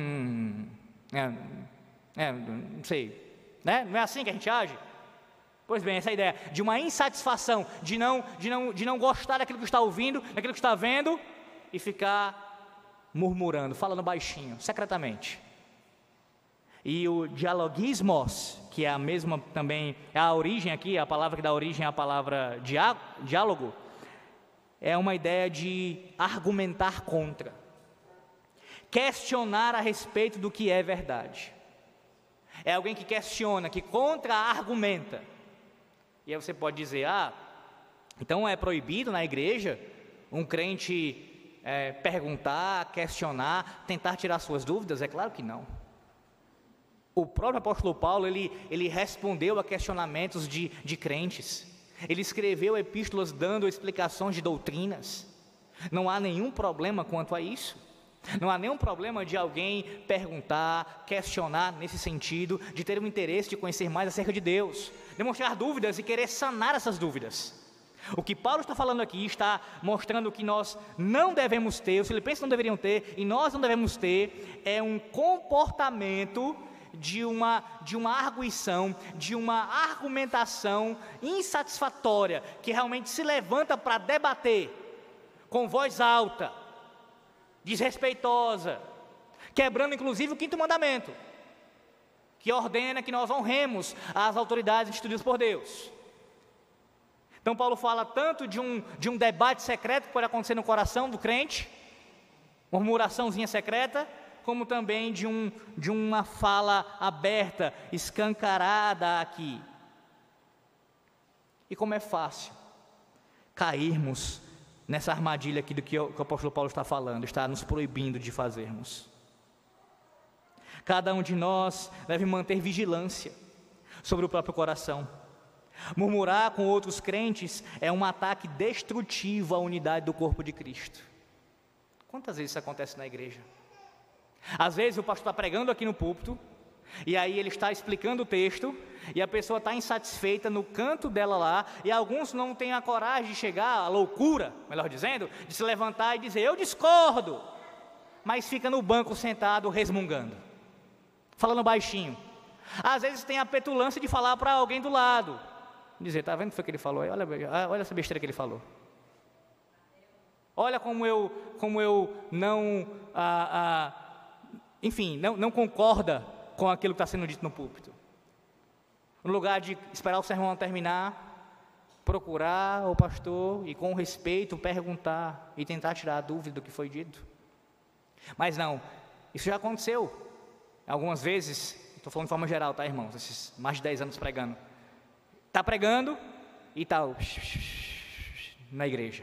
não sei, né? Não é assim que a gente age? Pois bem, essa ideia de uma insatisfação, de não gostar daquilo que está ouvindo, daquilo que está vendo, e ficar murmurando, falando baixinho, secretamente. E o dialogismos, que é a mesma também, é a origem aqui, a palavra que dá origem à palavra diálogo, é uma ideia de argumentar contra, questionar a respeito do que é verdade. É alguém que questiona, que contra-argumenta. E aí você pode dizer, então é proibido na igreja um crente perguntar, questionar, tentar tirar suas dúvidas? É claro que não. O próprio apóstolo Paulo, ele respondeu a questionamentos de crentes. Ele escreveu epístolas dando explicações de doutrinas. Não há nenhum problema quanto a isso. Não há nenhum problema de alguém perguntar, questionar nesse sentido, de ter um interesse de conhecer mais acerca de Deus, demonstrar dúvidas e querer sanar essas dúvidas. O que Paulo está falando aqui está mostrando que nós não devemos ter, os filipenses não deveriam ter, e nós não devemos ter, é um comportamento de uma arguição, de uma argumentação insatisfatória, que realmente se levanta para debater, com voz alta, desrespeitosa, quebrando inclusive o 5º mandamento, que ordena que nós honremos as autoridades instituídas por Deus. Então Paulo fala tanto de um debate secreto que pode acontecer no coração do crente, uma murmuraçãozinha secreta, como também de uma fala aberta, escancarada aqui. E como é fácil cairmos nessa armadilha aqui do que o apóstolo Paulo está falando, está nos proibindo de fazermos. Cada um de nós deve manter vigilância sobre o próprio coração. Murmurar com outros crentes é um ataque destrutivo à unidade do corpo de Cristo. Quantas vezes isso acontece na igreja? Às vezes o pastor está pregando aqui no púlpito, e aí ele está explicando o texto, e a pessoa está insatisfeita no canto dela lá, e alguns não têm a coragem de chegar, a loucura, melhor dizendo, de se levantar e dizer, eu discordo, mas fica no banco sentado resmungando, falando baixinho. Às vezes tem a petulância de falar para alguém do lado, dizer, está vendo o que foi que ele falou aí? Olha essa besteira que ele falou. Olha como eu não, não concorda com aquilo que está sendo dito no púlpito. No lugar de esperar o sermão terminar, procurar o pastor e com respeito perguntar e tentar tirar a dúvida do que foi dito. Mas não, isso já aconteceu algumas vezes, estou falando de forma geral, tá, irmãos? Esses mais de 10 anos pregando. Está pregando e está na igreja,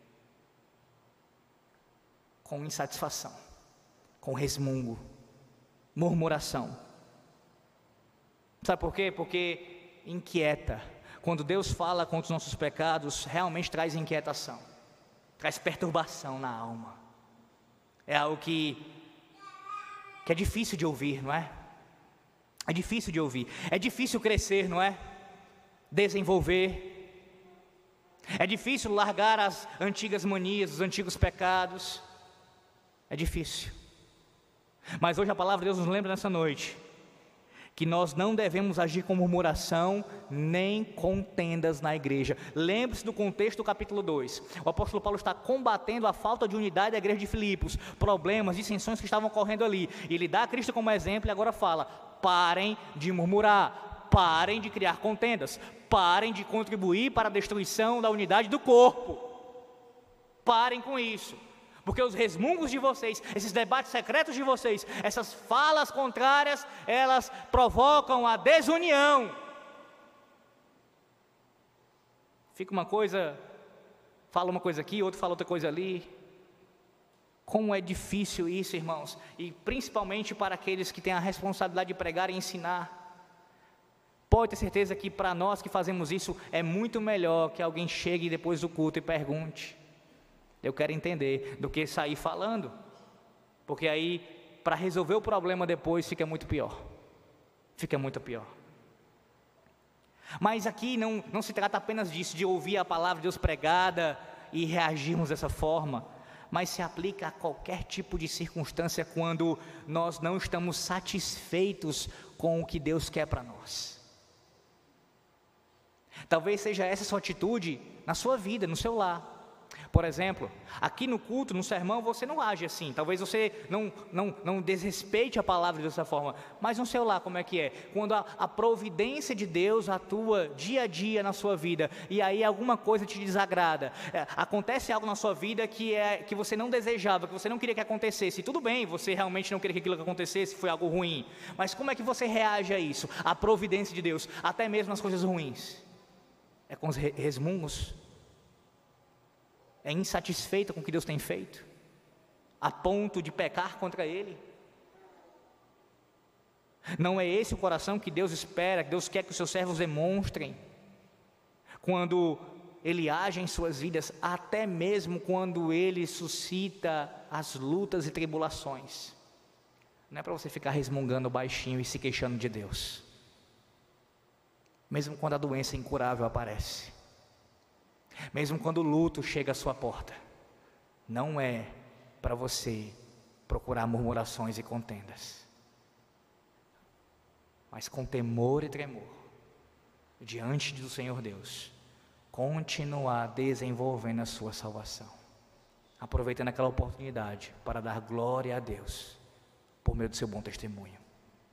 com insatisfação, com resmungo, murmuração. Sabe por quê? Porque inquieta. Quando Deus fala contra os nossos pecados, realmente traz inquietação. traz perturbação na alma. É algo que é difícil de ouvir, não é? É difícil de ouvir. É difícil crescer, não é? Desenvolver. É difícil largar as antigas manias, os antigos pecados. É difícil. Mas hoje a palavra de Deus nos lembra nessa noite que nós não devemos agir com murmuração nem contendas na igreja. Lembre-se do contexto do capítulo 2. O apóstolo Paulo está combatendo a falta de unidade da igreja de Filipos, problemas, dissensões que estavam ocorrendo ali. E ele dá a Cristo como exemplo e agora fala: parem de murmurar, parem de criar contendas, parem de contribuir para a destruição da unidade do corpo. Parem com isso. Porque os resmungos de vocês, esses debates secretos de vocês, essas falas contrárias, elas provocam a desunião. Fica uma coisa, fala uma coisa aqui, outro fala outra coisa ali. Como é difícil isso, irmãos, e principalmente para aqueles que têm a responsabilidade de pregar e ensinar. Pode ter certeza que para nós que fazemos isso, é muito melhor que alguém chegue depois do culto e pergunte: eu quero entender, do que sair falando, porque aí, para resolver o problema depois, fica muito pior, fica muito pior. Mas aqui não se trata apenas disso, de ouvir a palavra de Deus pregada e reagirmos dessa forma, mas se aplica a qualquer tipo de circunstância quando nós não estamos satisfeitos com o que Deus quer para nós. Talvez seja essa sua atitude na sua vida, no seu lar. Por exemplo, aqui no culto, no sermão, você não age assim. Talvez você não desrespeite a palavra dessa forma. Mas no seu lar, como é que é? Quando a providência de Deus atua dia a dia na sua vida, e aí alguma coisa te desagrada, acontece algo na sua vida que você não desejava, que você não queria que acontecesse. Tudo bem, você realmente não queria que aquilo acontecesse, foi algo ruim. Mas como é que você reage a isso? A providência de Deus, até mesmo nas coisas ruins. É com os resmungos? É insatisfeita com o que Deus tem feito, a ponto de pecar contra Ele? Não é esse o coração que Deus espera, que Deus quer que os seus servos demonstrem, quando Ele age em suas vidas, até mesmo quando Ele suscita as lutas e tribulações. Não é para você ficar resmungando baixinho e se queixando de Deus, mesmo quando a doença incurável aparece, mesmo quando o luto chega à sua porta, não é para você procurar murmurações e contendas, mas com temor e tremor, diante do Senhor Deus, continuar desenvolvendo a sua salvação, aproveitando aquela oportunidade para dar glória a Deus, por meio do seu bom testemunho.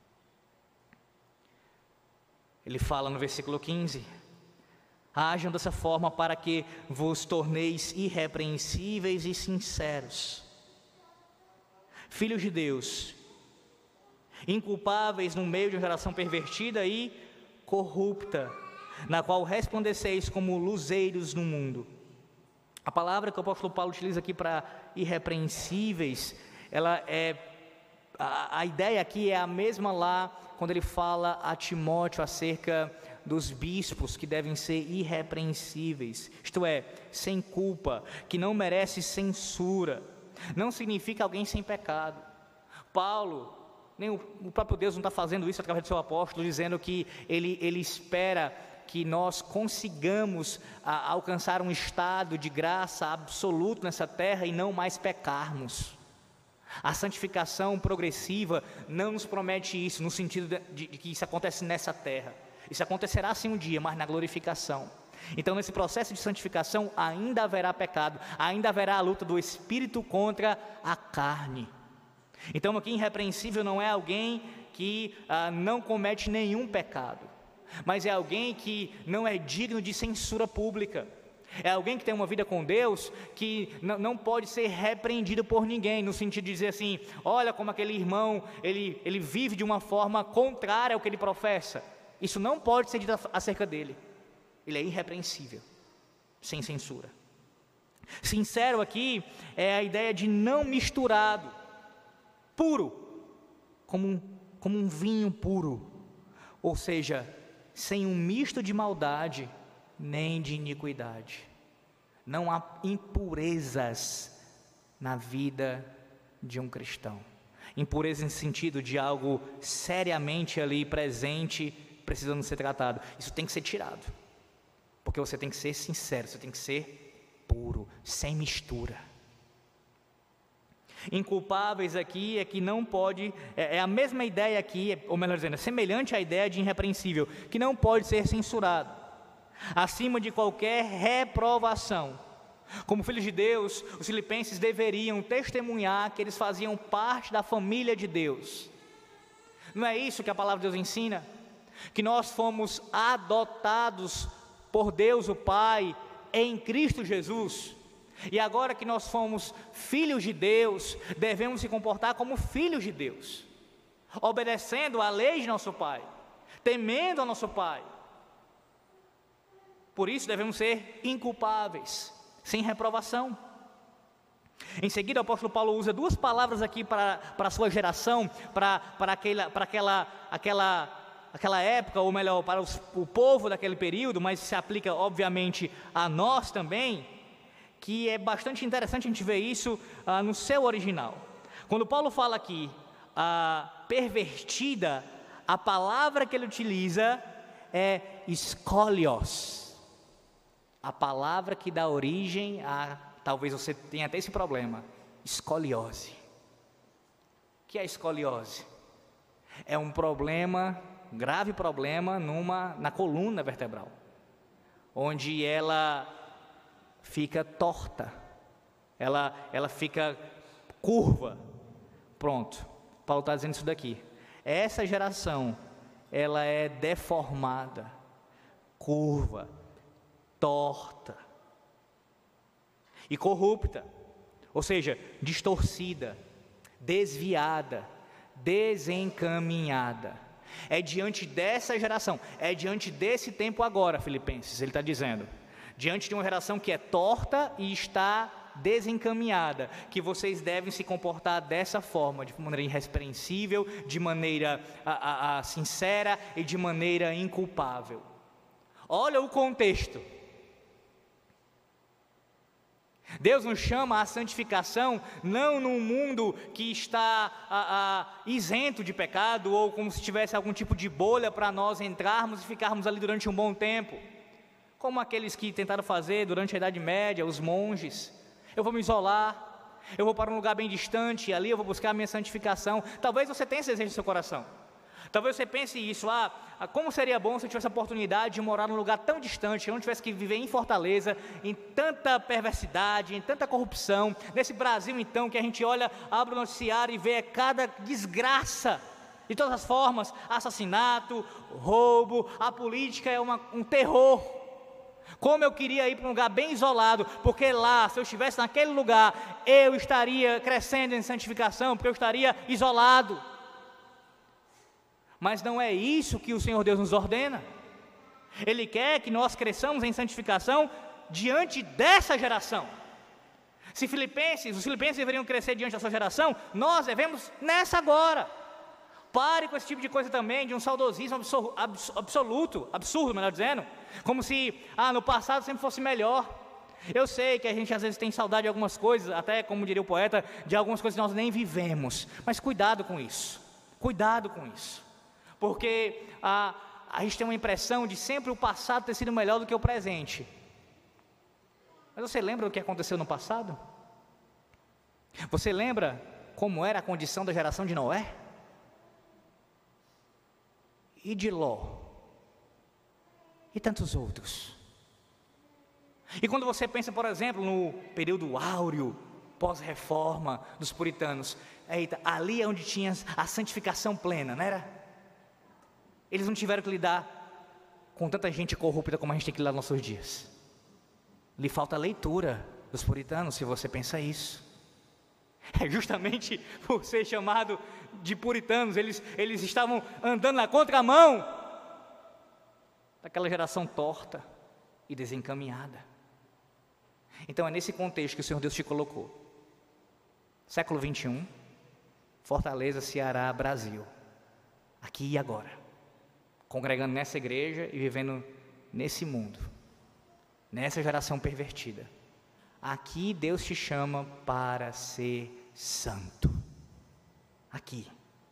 Ele fala no versículo 15: hajam dessa forma para que vos torneis irrepreensíveis e sinceros, filhos de Deus, inculpáveis no meio de uma geração pervertida e corrupta, na qual resplandeceis como luzeiros no mundo. A palavra que o apóstolo Paulo utiliza aqui para irrepreensíveis, ela a ideia aqui é a mesma lá quando ele fala a Timóteo acerca dos bispos que devem ser irrepreensíveis, isto é, sem culpa, que não merece censura. Não significa alguém sem pecado. Paulo, nem o próprio Deus não está fazendo isso através do seu apóstolo, dizendo que ele espera que nós consigamos alcançar um estado de graça absoluto nessa terra e não mais pecarmos. A santificação progressiva não nos promete isso, no sentido de que isso acontece nessa terra. Isso acontecerá sim um dia, mas na glorificação. Então, nesse processo de santificação, ainda haverá pecado, ainda haverá a luta do Espírito contra a carne. Então, aqui irrepreensível não é alguém que não comete nenhum pecado, mas é alguém que não é digno de censura pública. É alguém que tem uma vida com Deus, que não pode ser repreendido por ninguém, no sentido de dizer assim: olha como aquele irmão, ele vive de uma forma contrária ao que ele professa. Isso não pode ser dito acerca dele. Ele é irrepreensível, sem censura. Sincero aqui é a ideia de não misturado, puro, como um vinho puro, ou seja, sem um misto de maldade nem de iniquidade. Não há impurezas na vida de um cristão. Impureza em sentido de algo seriamente ali presente, precisando ser tratado. Isso tem que ser tirado. Porque você tem que ser sincero, você tem que ser puro, sem mistura. Inculpáveis aqui é que não pode, é a mesma ideia aqui, ou melhor dizendo, é semelhante à ideia de irrepreensível, que não pode ser censurado, acima de qualquer reprovação. Como filhos de Deus, os filipenses deveriam testemunhar que eles faziam parte da família de Deus. Não é isso que a palavra de Deus ensina? Que nós fomos adotados por Deus o Pai em Cristo Jesus. E agora que nós fomos filhos de Deus, devemos se comportar como filhos de Deus, obedecendo à lei de nosso Pai, temendo ao nosso Pai. Por isso devemos ser inculpáveis, sem reprovação. Em seguida, o apóstolo Paulo usa duas palavras aqui para a sua geração, para aquela época, ou melhor, para o povo daquele período, mas se aplica obviamente a nós também, que é bastante interessante a gente ver isso no seu original. Quando Paulo fala aqui, pervertida, a palavra que ele utiliza é skolios, a palavra que dá origem a, talvez você tenha até esse problema, escoliose. O que é escoliose? É um problema, um grave problema na coluna vertebral, onde ela fica torta, ela fica curva. Pronto, Paulo está dizendo isso daqui. Essa geração, ela é deformada, curva, torta e corrupta, ou seja, distorcida, desviada, desencaminhada. É diante dessa geração, é diante desse tempo agora, Filipenses, ele está dizendo, diante de uma geração que é torta e está desencaminhada, que vocês devem se comportar dessa forma, de maneira irrepreensível, de maneira sincera e de maneira inculpável. Olha o contexto. Deus nos chama à santificação, não num mundo que está isento de pecado, ou como se tivesse algum tipo de bolha para nós entrarmos e ficarmos ali durante um bom tempo, como aqueles que tentaram fazer durante a Idade Média, os monges. Eu vou me isolar, eu vou para um lugar bem distante, e ali eu vou buscar a minha santificação. Talvez você tenha esse desejo no seu coração. Talvez você pense isso, como seria bom se eu tivesse a oportunidade de morar num lugar tão distante, que eu não tivesse que viver em Fortaleza, em tanta perversidade, em tanta corrupção, nesse Brasil então, que a gente olha, abre o noticiário e vê cada desgraça, de todas as formas, assassinato, roubo, a política é um terror. Como eu queria ir para um lugar bem isolado, porque lá, se eu estivesse naquele lugar, eu estaria crescendo em santificação, porque eu estaria isolado. Mas não é isso que o Senhor Deus nos ordena. Ele quer que nós cresçamos em santificação diante dessa geração. Se os filipenses deveriam crescer diante dessa geração, nós devemos nessa agora. Pare com esse tipo de coisa também, de um saudosismo absurdo, melhor dizendo, como se no passado sempre fosse melhor. Eu sei que a gente às vezes tem saudade de algumas coisas, até como diria o poeta, de algumas coisas que nós nem vivemos, mas cuidado com isso, porque a gente tem uma impressão de sempre o passado ter sido melhor do que o presente. Mas você lembra o que aconteceu no passado? Você lembra como era a condição da geração de Noé? E de Ló? E tantos outros? E quando você pensa, por exemplo, no período áureo, pós-reforma dos puritanos, ali é onde tinha a santificação plena, não era? Eles não tiveram que lidar com tanta gente corrupta como a gente tem que lidar nos nossos dias. Lhe falta leitura dos puritanos, se você pensa isso. É justamente por ser chamado de puritanos, eles estavam andando na contramão daquela geração torta e desencaminhada. Então é nesse contexto que o Senhor Deus te colocou. Século 21, Fortaleza, Ceará, Brasil, aqui e agora, congregando nessa igreja e vivendo nesse mundo, nessa geração pervertida. Aqui Deus te chama para ser santo. Aqui.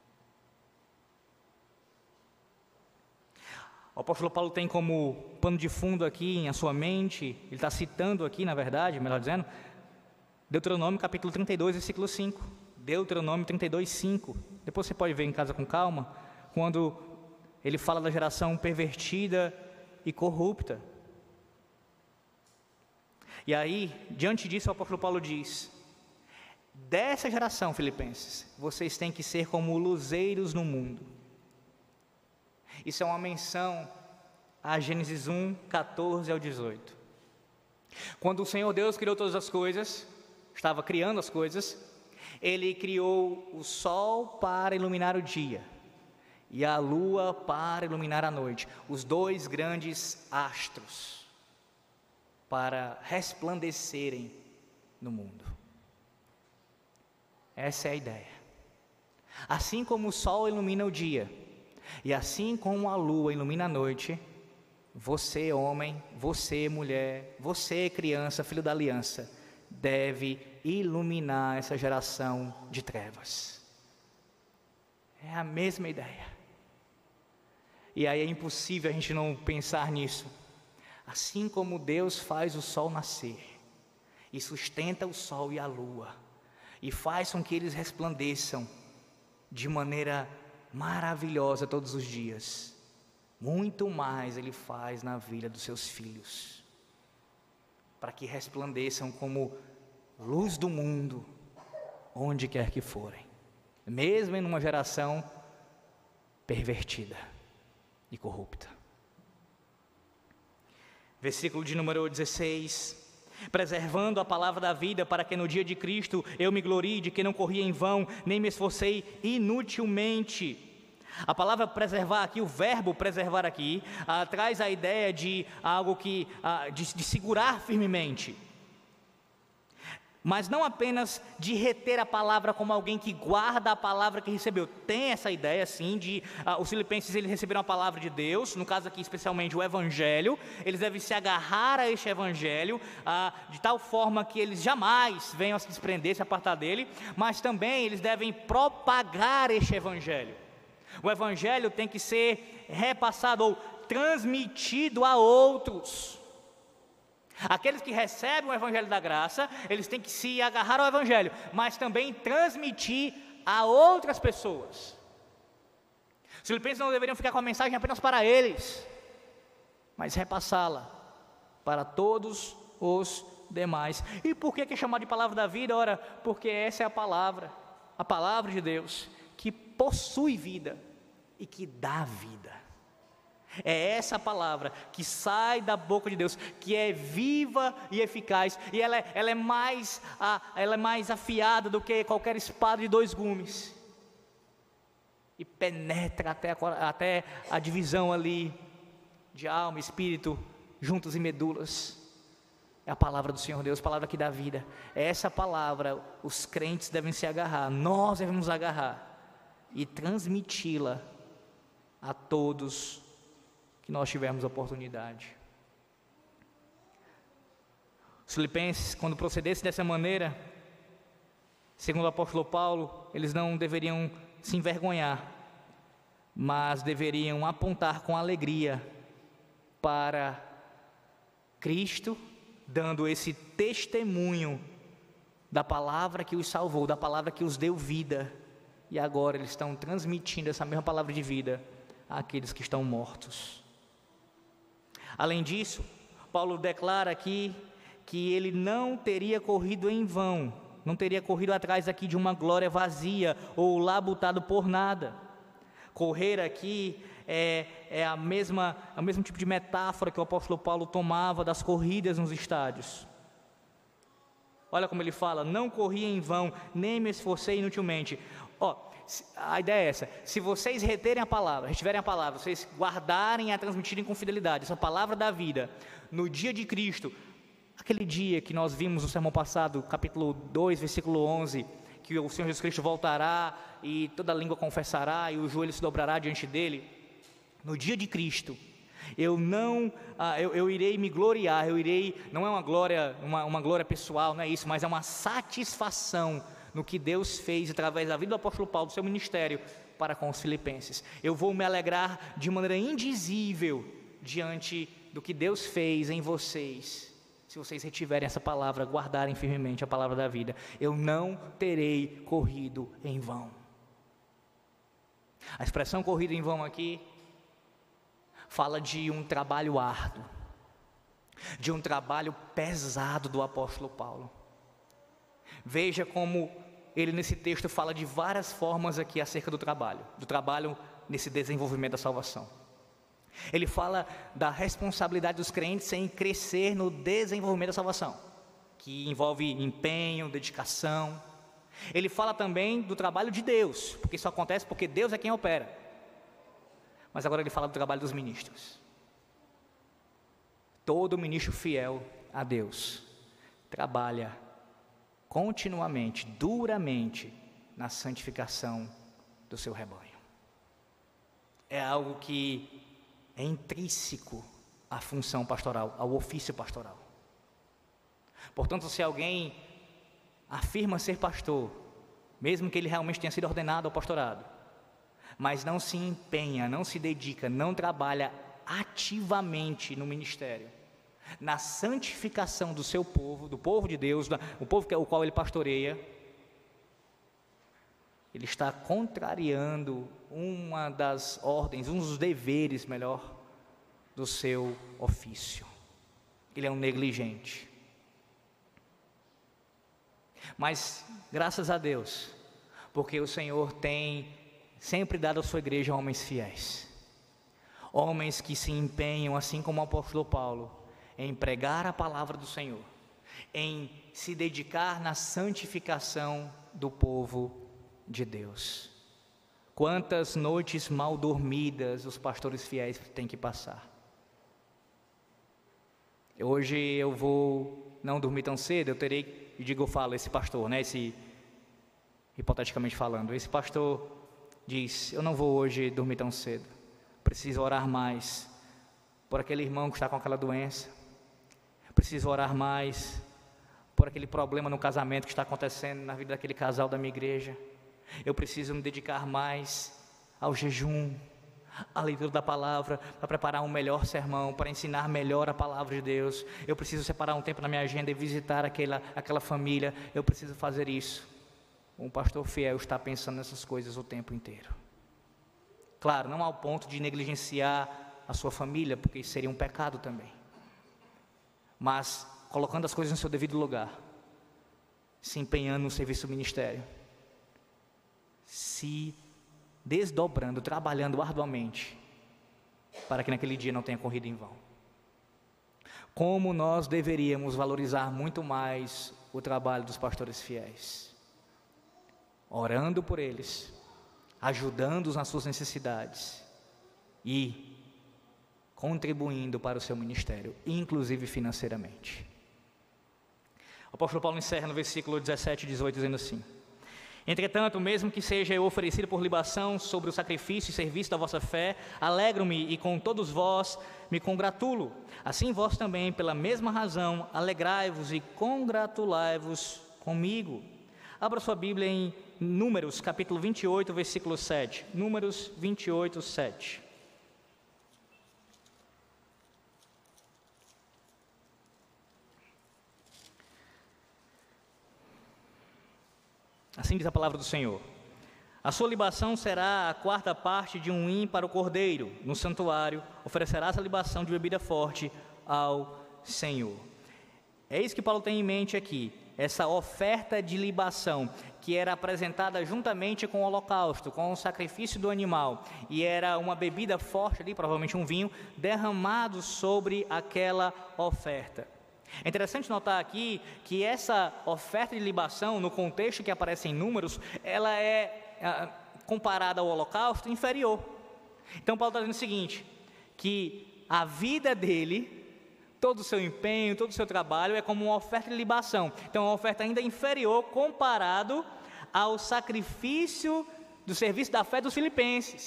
O apóstolo Paulo tem como pano de fundo aqui em sua mente, ele está citando aqui, na verdade, melhor dizendo, Deuteronômio capítulo 32, versículo 5. Deuteronômio 32, 5. Depois você pode ver em casa com calma, quando ele fala da geração pervertida e corrupta. E aí, diante disso, o apóstolo Paulo diz: dessa geração, filipenses, vocês têm que ser como luzeiros no mundo. Isso é uma menção a Gênesis 1, 14 ao 18. Quando o Senhor Deus criou todas as coisas, estava criando as coisas, Ele criou o sol para iluminar o dia e a lua para iluminar a noite, os dois grandes astros para resplandecerem no mundo. Essa é a ideia. Assim como o sol ilumina o dia, e assim como a lua ilumina a noite, você homem, você mulher, você criança, filho da aliança, deve iluminar essa geração de trevas. É a mesma ideia. E aí é impossível a gente não pensar nisso. Assim como Deus faz o sol nascer, e sustenta o sol e a lua, e faz com que eles resplandeçam de maneira maravilhosa todos os dias, muito mais Ele faz na vida dos seus filhos, para que resplandeçam como luz do mundo, onde quer que forem, mesmo em uma geração pervertida e corrupta. Versículo de número 16: preservando a palavra da vida, para que no dia de Cristo eu me glorie de que não corri em vão, nem me esforcei inutilmente. A palavra preservar aqui, o verbo preservar aqui, traz a ideia de algo que, de segurar firmemente. Mas não apenas de reter a palavra como alguém que guarda a palavra que recebeu. Tem essa ideia sim de, os filipenses eles receberam a palavra de Deus, no caso aqui especialmente o Evangelho. Eles devem se agarrar a este Evangelho, de tal forma que eles jamais venham a se desprender, se apartar dele. Mas também eles devem propagar este Evangelho. O Evangelho tem que ser repassado ou transmitido a outros. Aqueles que recebem o Evangelho da graça, eles têm que se agarrar ao Evangelho, mas também transmitir a outras pessoas. Os filipenses não deveriam ficar com a mensagem apenas para eles, mas repassá-la para todos os demais. E por que é chamado de palavra da vida? Ora, porque essa é a palavra de Deus, que possui vida e que dá vida. É essa palavra que sai da boca de Deus, que é viva e eficaz, e ela é mais afiada do que qualquer espada de dois gumes, e penetra até a divisão ali de alma e espírito, juntas e medulas. É a palavra do Senhor Deus, palavra que dá vida. É essa palavra os crentes devem se agarrar, nós devemos agarrar e transmiti-la a todos que nós tivermos oportunidade. Os filipenses, quando procedessem dessa maneira, segundo o apóstolo Paulo, eles não deveriam se envergonhar, mas deveriam apontar com alegria para Cristo, dando esse testemunho da palavra que os salvou, da palavra que os deu vida, e agora eles estão transmitindo essa mesma palavra de vida àqueles que estão mortos. Além disso, Paulo declara aqui que ele não teria corrido em vão, não teria corrido atrás aqui de uma glória vazia ou labutado por nada. Correr aqui é o mesmo tipo de metáfora que o apóstolo Paulo tomava das corridas nos estádios. Olha como ele fala: não corri em vão, nem me esforcei inutilmente. A ideia é essa: se vocês reterem a palavra, retiverem a palavra, vocês guardarem e a transmitirem com fidelidade essa palavra da vida, no dia de Cristo, aquele dia que nós vimos no sermão passado, capítulo 2, versículo 11, que o Senhor Jesus Cristo voltará e toda língua confessará e o joelho se dobrará diante dele, no dia de Cristo, Eu irei me gloriar, não é uma glória pessoal, não é isso, mas é uma satisfação no que Deus fez através da vida do apóstolo Paulo, do seu ministério, para com os filipenses. Eu vou me alegrar de maneira indizível diante do que Deus fez em vocês, se vocês retiverem essa palavra, guardarem firmemente a palavra da vida. Eu não terei corrido em vão. A expressão corrido em vão aqui fala de um trabalho árduo, de um trabalho pesado do apóstolo Paulo. Veja como ele nesse texto fala de várias formas aqui acerca do trabalho nesse desenvolvimento da salvação. Ele fala da responsabilidade dos crentes em crescer no desenvolvimento da salvação, que envolve empenho, dedicação. Ele fala também do trabalho de Deus, porque isso acontece porque Deus é quem opera. Mas agora ele fala do trabalho dos ministros. Todo ministro fiel a Deus trabalha continuamente, duramente, na santificação do seu rebanho. É algo que é intrínseco à função pastoral, ao ofício pastoral. Portanto, se alguém afirma ser pastor, mesmo que ele realmente tenha sido ordenado ao pastorado, mas não se empenha, não se dedica, não trabalha ativamente no ministério, na santificação do seu povo, do povo de Deus, o povo o qual ele pastoreia, ele está contrariando uma das ordens, um dos deveres, melhor, do seu ofício. Ele é um negligente. Mas, graças a Deus, porque o Senhor tem sempre dado à sua igreja homens fiéis, homens que se empenham, assim como o apóstolo Paulo, em pregar a palavra do Senhor, em se dedicar na santificação do povo de Deus. Quantas noites mal dormidas os pastores fiéis têm que passar. Hoje eu vou não dormir tão cedo, eu falo, esse pastor, né, hipoteticamente falando, esse pastor diz, eu não vou hoje dormir tão cedo, preciso orar mais por aquele irmão que está com aquela doença, preciso orar mais por aquele problema no casamento que está acontecendo na vida daquele casal da minha igreja, eu preciso me dedicar mais ao jejum, à leitura da palavra, para preparar um melhor sermão, para ensinar melhor a palavra de Deus, eu preciso separar um tempo na minha agenda e visitar aquela família, eu preciso fazer isso. Um pastor fiel está pensando nessas coisas o tempo inteiro. Claro, não ao ponto de negligenciar a sua família, porque isso seria um pecado também, mas colocando as coisas no seu devido lugar, se empenhando no serviço do ministério, se desdobrando, trabalhando arduamente, para que naquele dia não tenha corrido em vão. Como nós deveríamos valorizar muito mais o trabalho dos pastores fiéis, orando por eles, ajudando-os nas suas necessidades e contribuindo para o seu ministério, inclusive financeiramente. O apóstolo Paulo encerra no versículo 17 e 18 dizendo assim: entretanto, mesmo que seja eu oferecido por libação sobre o sacrifício e serviço da vossa fé, alegro-me e com todos vós me congratulo. Assim vós também, pela mesma razão, alegrai-vos e congratulai-vos comigo. Abra sua Bíblia em Números, capítulo 28, versículo 7. Números 28, 7. Assim diz a palavra do Senhor: a sua libação será a 4ª parte de um hin para o cordeiro. No santuário oferecerás a libação de bebida forte ao Senhor. É isso que Paulo tem em mente aqui, essa oferta de libação, que era apresentada juntamente com o holocausto, com o sacrifício do animal, e era uma bebida forte ali, provavelmente um vinho, derramado sobre aquela oferta. É interessante notar aqui que essa oferta de libação, no contexto que aparece em Números, ela é, comparada ao holocausto, inferior. Então Paulo está dizendo o seguinte, que a vida dele, todo o seu empenho, todo o seu trabalho é como uma oferta de libação. Então é uma oferta ainda inferior comparado ao sacrifício do serviço da fé dos filipenses.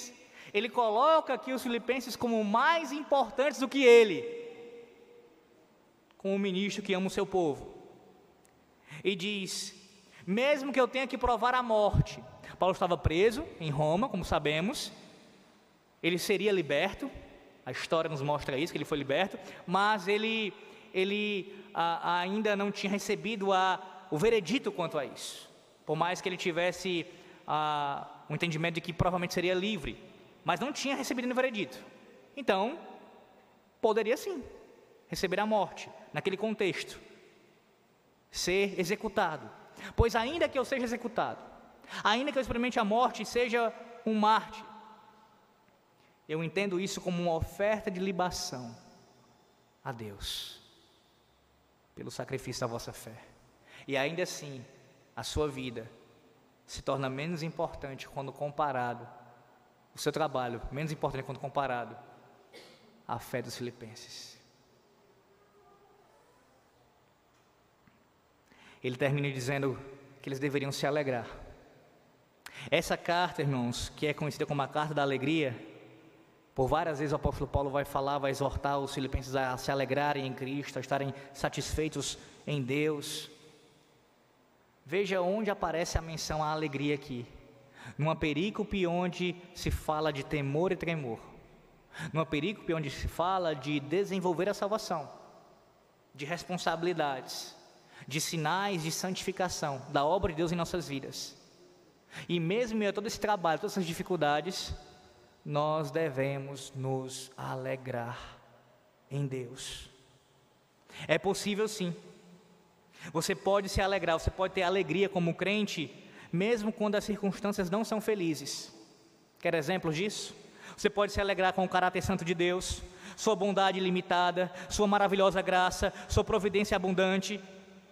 ele coloca aqui os filipenses como mais importantes do que ele, como um ministro que ama o seu povo. E diz: mesmo que eu tenha que provar a morte. Paulo estava preso em Roma, como sabemos. Ele seria liberto, a história nos mostra isso, que ele foi liberto, mas ele ainda não tinha recebido o veredito quanto a isso, por mais que ele tivesse o entendimento de que provavelmente seria livre, mas não tinha recebido o veredito. Então, poderia sim receber a morte, naquele contexto, ser executado. Pois ainda que eu seja executado, ainda que eu experimente a morte e seja um mártir, eu entendo isso como uma oferta de libação a Deus, pelo sacrifício da vossa fé. E ainda assim, a sua vida se torna menos importante quando comparado, o seu trabalho menos importante quando comparado à fé dos filipenses. Ele termina dizendo que eles deveriam se alegrar. Essa carta, irmãos, que é conhecida como a carta da alegria, por várias vezes o apóstolo Paulo vai exortar os filipenses a se alegrarem em Cristo, a estarem satisfeitos em Deus. Veja onde aparece a menção à alegria aqui. Numa perícope onde se fala de temor e tremor. Numa perícope onde se fala de desenvolver a salvação, de responsabilidades, de sinais de santificação, da obra de Deus em nossas vidas. E mesmo em meio a todo esse trabalho, todas essas dificuldades, nós devemos nos alegrar em Deus. É possível sim. Você pode se alegrar, você pode ter alegria como crente, mesmo quando as circunstâncias não são felizes. Quer exemplos disso? Você pode se alegrar com o caráter santo de Deus, sua bondade ilimitada, sua maravilhosa graça, sua providência abundante.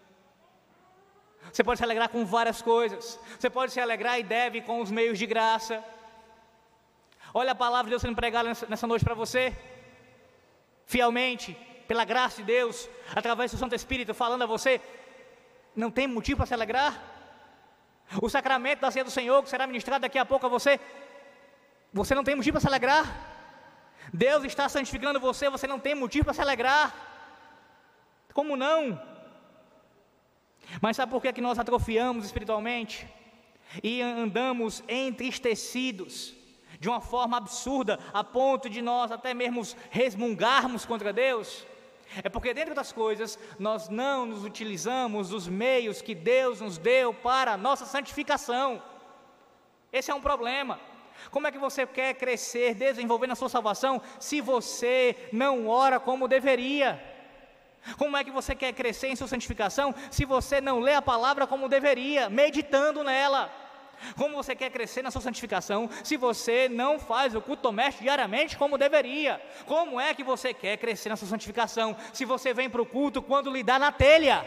Você pode se alegrar com várias coisas. Você pode se alegrar e deve com os meios de graça. Olha a palavra de Deus sendo pregada nessa noite para você, fielmente, pela graça de Deus, através do Santo Espírito falando a você. Não tem motivo para se alegrar? O sacramento da ceia do Senhor, que será ministrado daqui a pouco a você, você não tem motivo para se alegrar? Deus está santificando você, você não tem motivo para se alegrar? Como não? Mas sabe por que nós atrofiamos espiritualmente? E andamos entristecidos de uma forma absurda, a ponto de nós até mesmo resmungarmos contra Deus? É porque, dentre outras coisas, nós não nos utilizamos dos meios que Deus nos deu para a nossa santificação. Esse é um problema. Como é que você quer crescer, desenvolver na sua salvação, se você não ora como deveria? Como é que você quer crescer em sua santificação, se você não lê a palavra como deveria, meditando nela? Como você quer crescer na sua santificação, se você não faz o culto doméstico diariamente como deveria? Como é que você quer crescer na sua santificação, se você vem para o culto quando lhe dá na telha?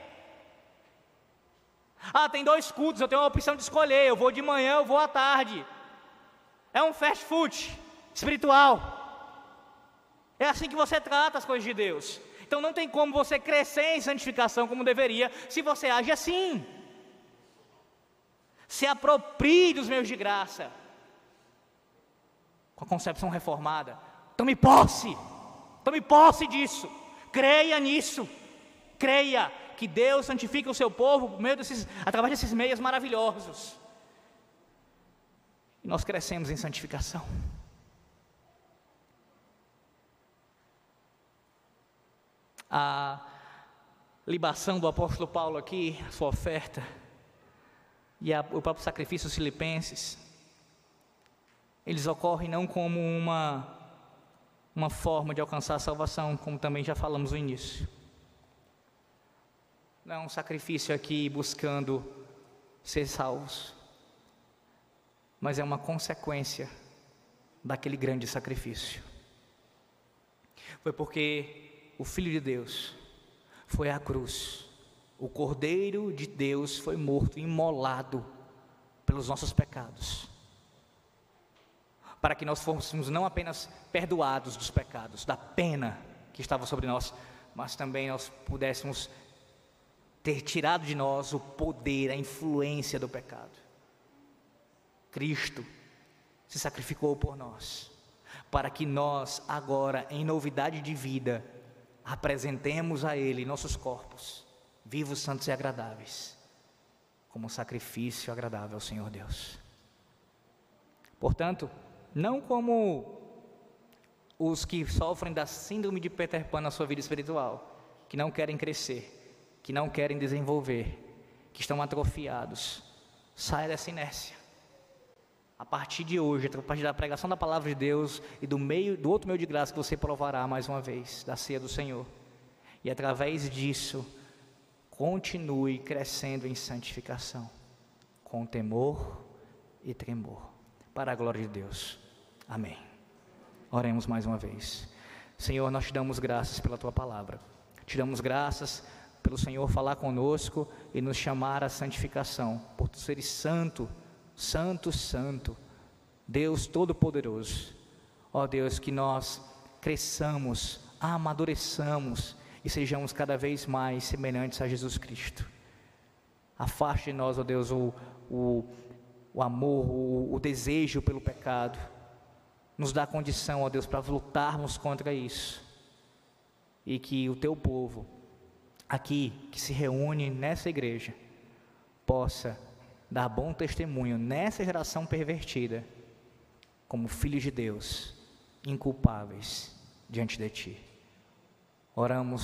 Tem 2 cultos, eu tenho a opção de escolher, eu vou de manhã, eu vou à tarde. É um fast food espiritual. É assim que você trata as coisas de Deus. Então não tem como você crescer em santificação como deveria, se você age assim. Se aproprie dos meios de graça, com a concepção reformada. Tome posse disso, creia nisso, creia que Deus santifica o seu povo por meio através desses meios maravilhosos. E nós crescemos em santificação. A libação do apóstolo Paulo aqui, a sua oferta, e o próprio sacrifício dos filipenses, eles ocorrem não como uma forma de alcançar a salvação, como também já falamos no início. Não é um sacrifício aqui buscando ser salvos, mas é uma consequência daquele grande sacrifício. Foi porque o Filho de Deus foi à cruz, o Cordeiro de Deus foi morto, imolado pelos nossos pecados, para que nós fôssemos não apenas perdoados dos pecados, da pena que estava sobre nós, mas também nós pudéssemos ter tirado de nós o poder, a influência do pecado. Cristo se sacrificou por nós, para que nós agora, em novidade de vida, apresentemos a Ele nossos corpos, vivos, santos e agradáveis, como sacrifício agradável ao Senhor Deus. Portanto, não como os que sofrem da síndrome de Peter Pan na sua vida espiritual, que não querem crescer, que não querem desenvolver, que estão atrofiados. Saia dessa inércia. A partir de hoje, a partir da pregação da palavra de Deus e do outro meio de graça que você provará mais uma vez, da ceia do Senhor. E através disso, continue crescendo em santificação, com temor e tremor, para a glória de Deus. Amém. Oremos mais uma vez. Senhor, nós te damos graças pela tua palavra. Te damos graças pelo Senhor falar conosco e nos chamar à santificação, por tu seres santo, santo, santo, Deus Todo-Poderoso. Ó Deus, que nós cresçamos, amadureçamos e sejamos cada vez mais semelhantes a Jesus Cristo. Afaste de nós, ó Deus, o amor, o desejo pelo pecado. Nos dá condição, ó Deus, para lutarmos contra isso. E que o teu povo, aqui, que se reúne nessa igreja, possa dar bom testemunho nessa geração pervertida, como filhos de Deus, inculpáveis diante de ti. Oramos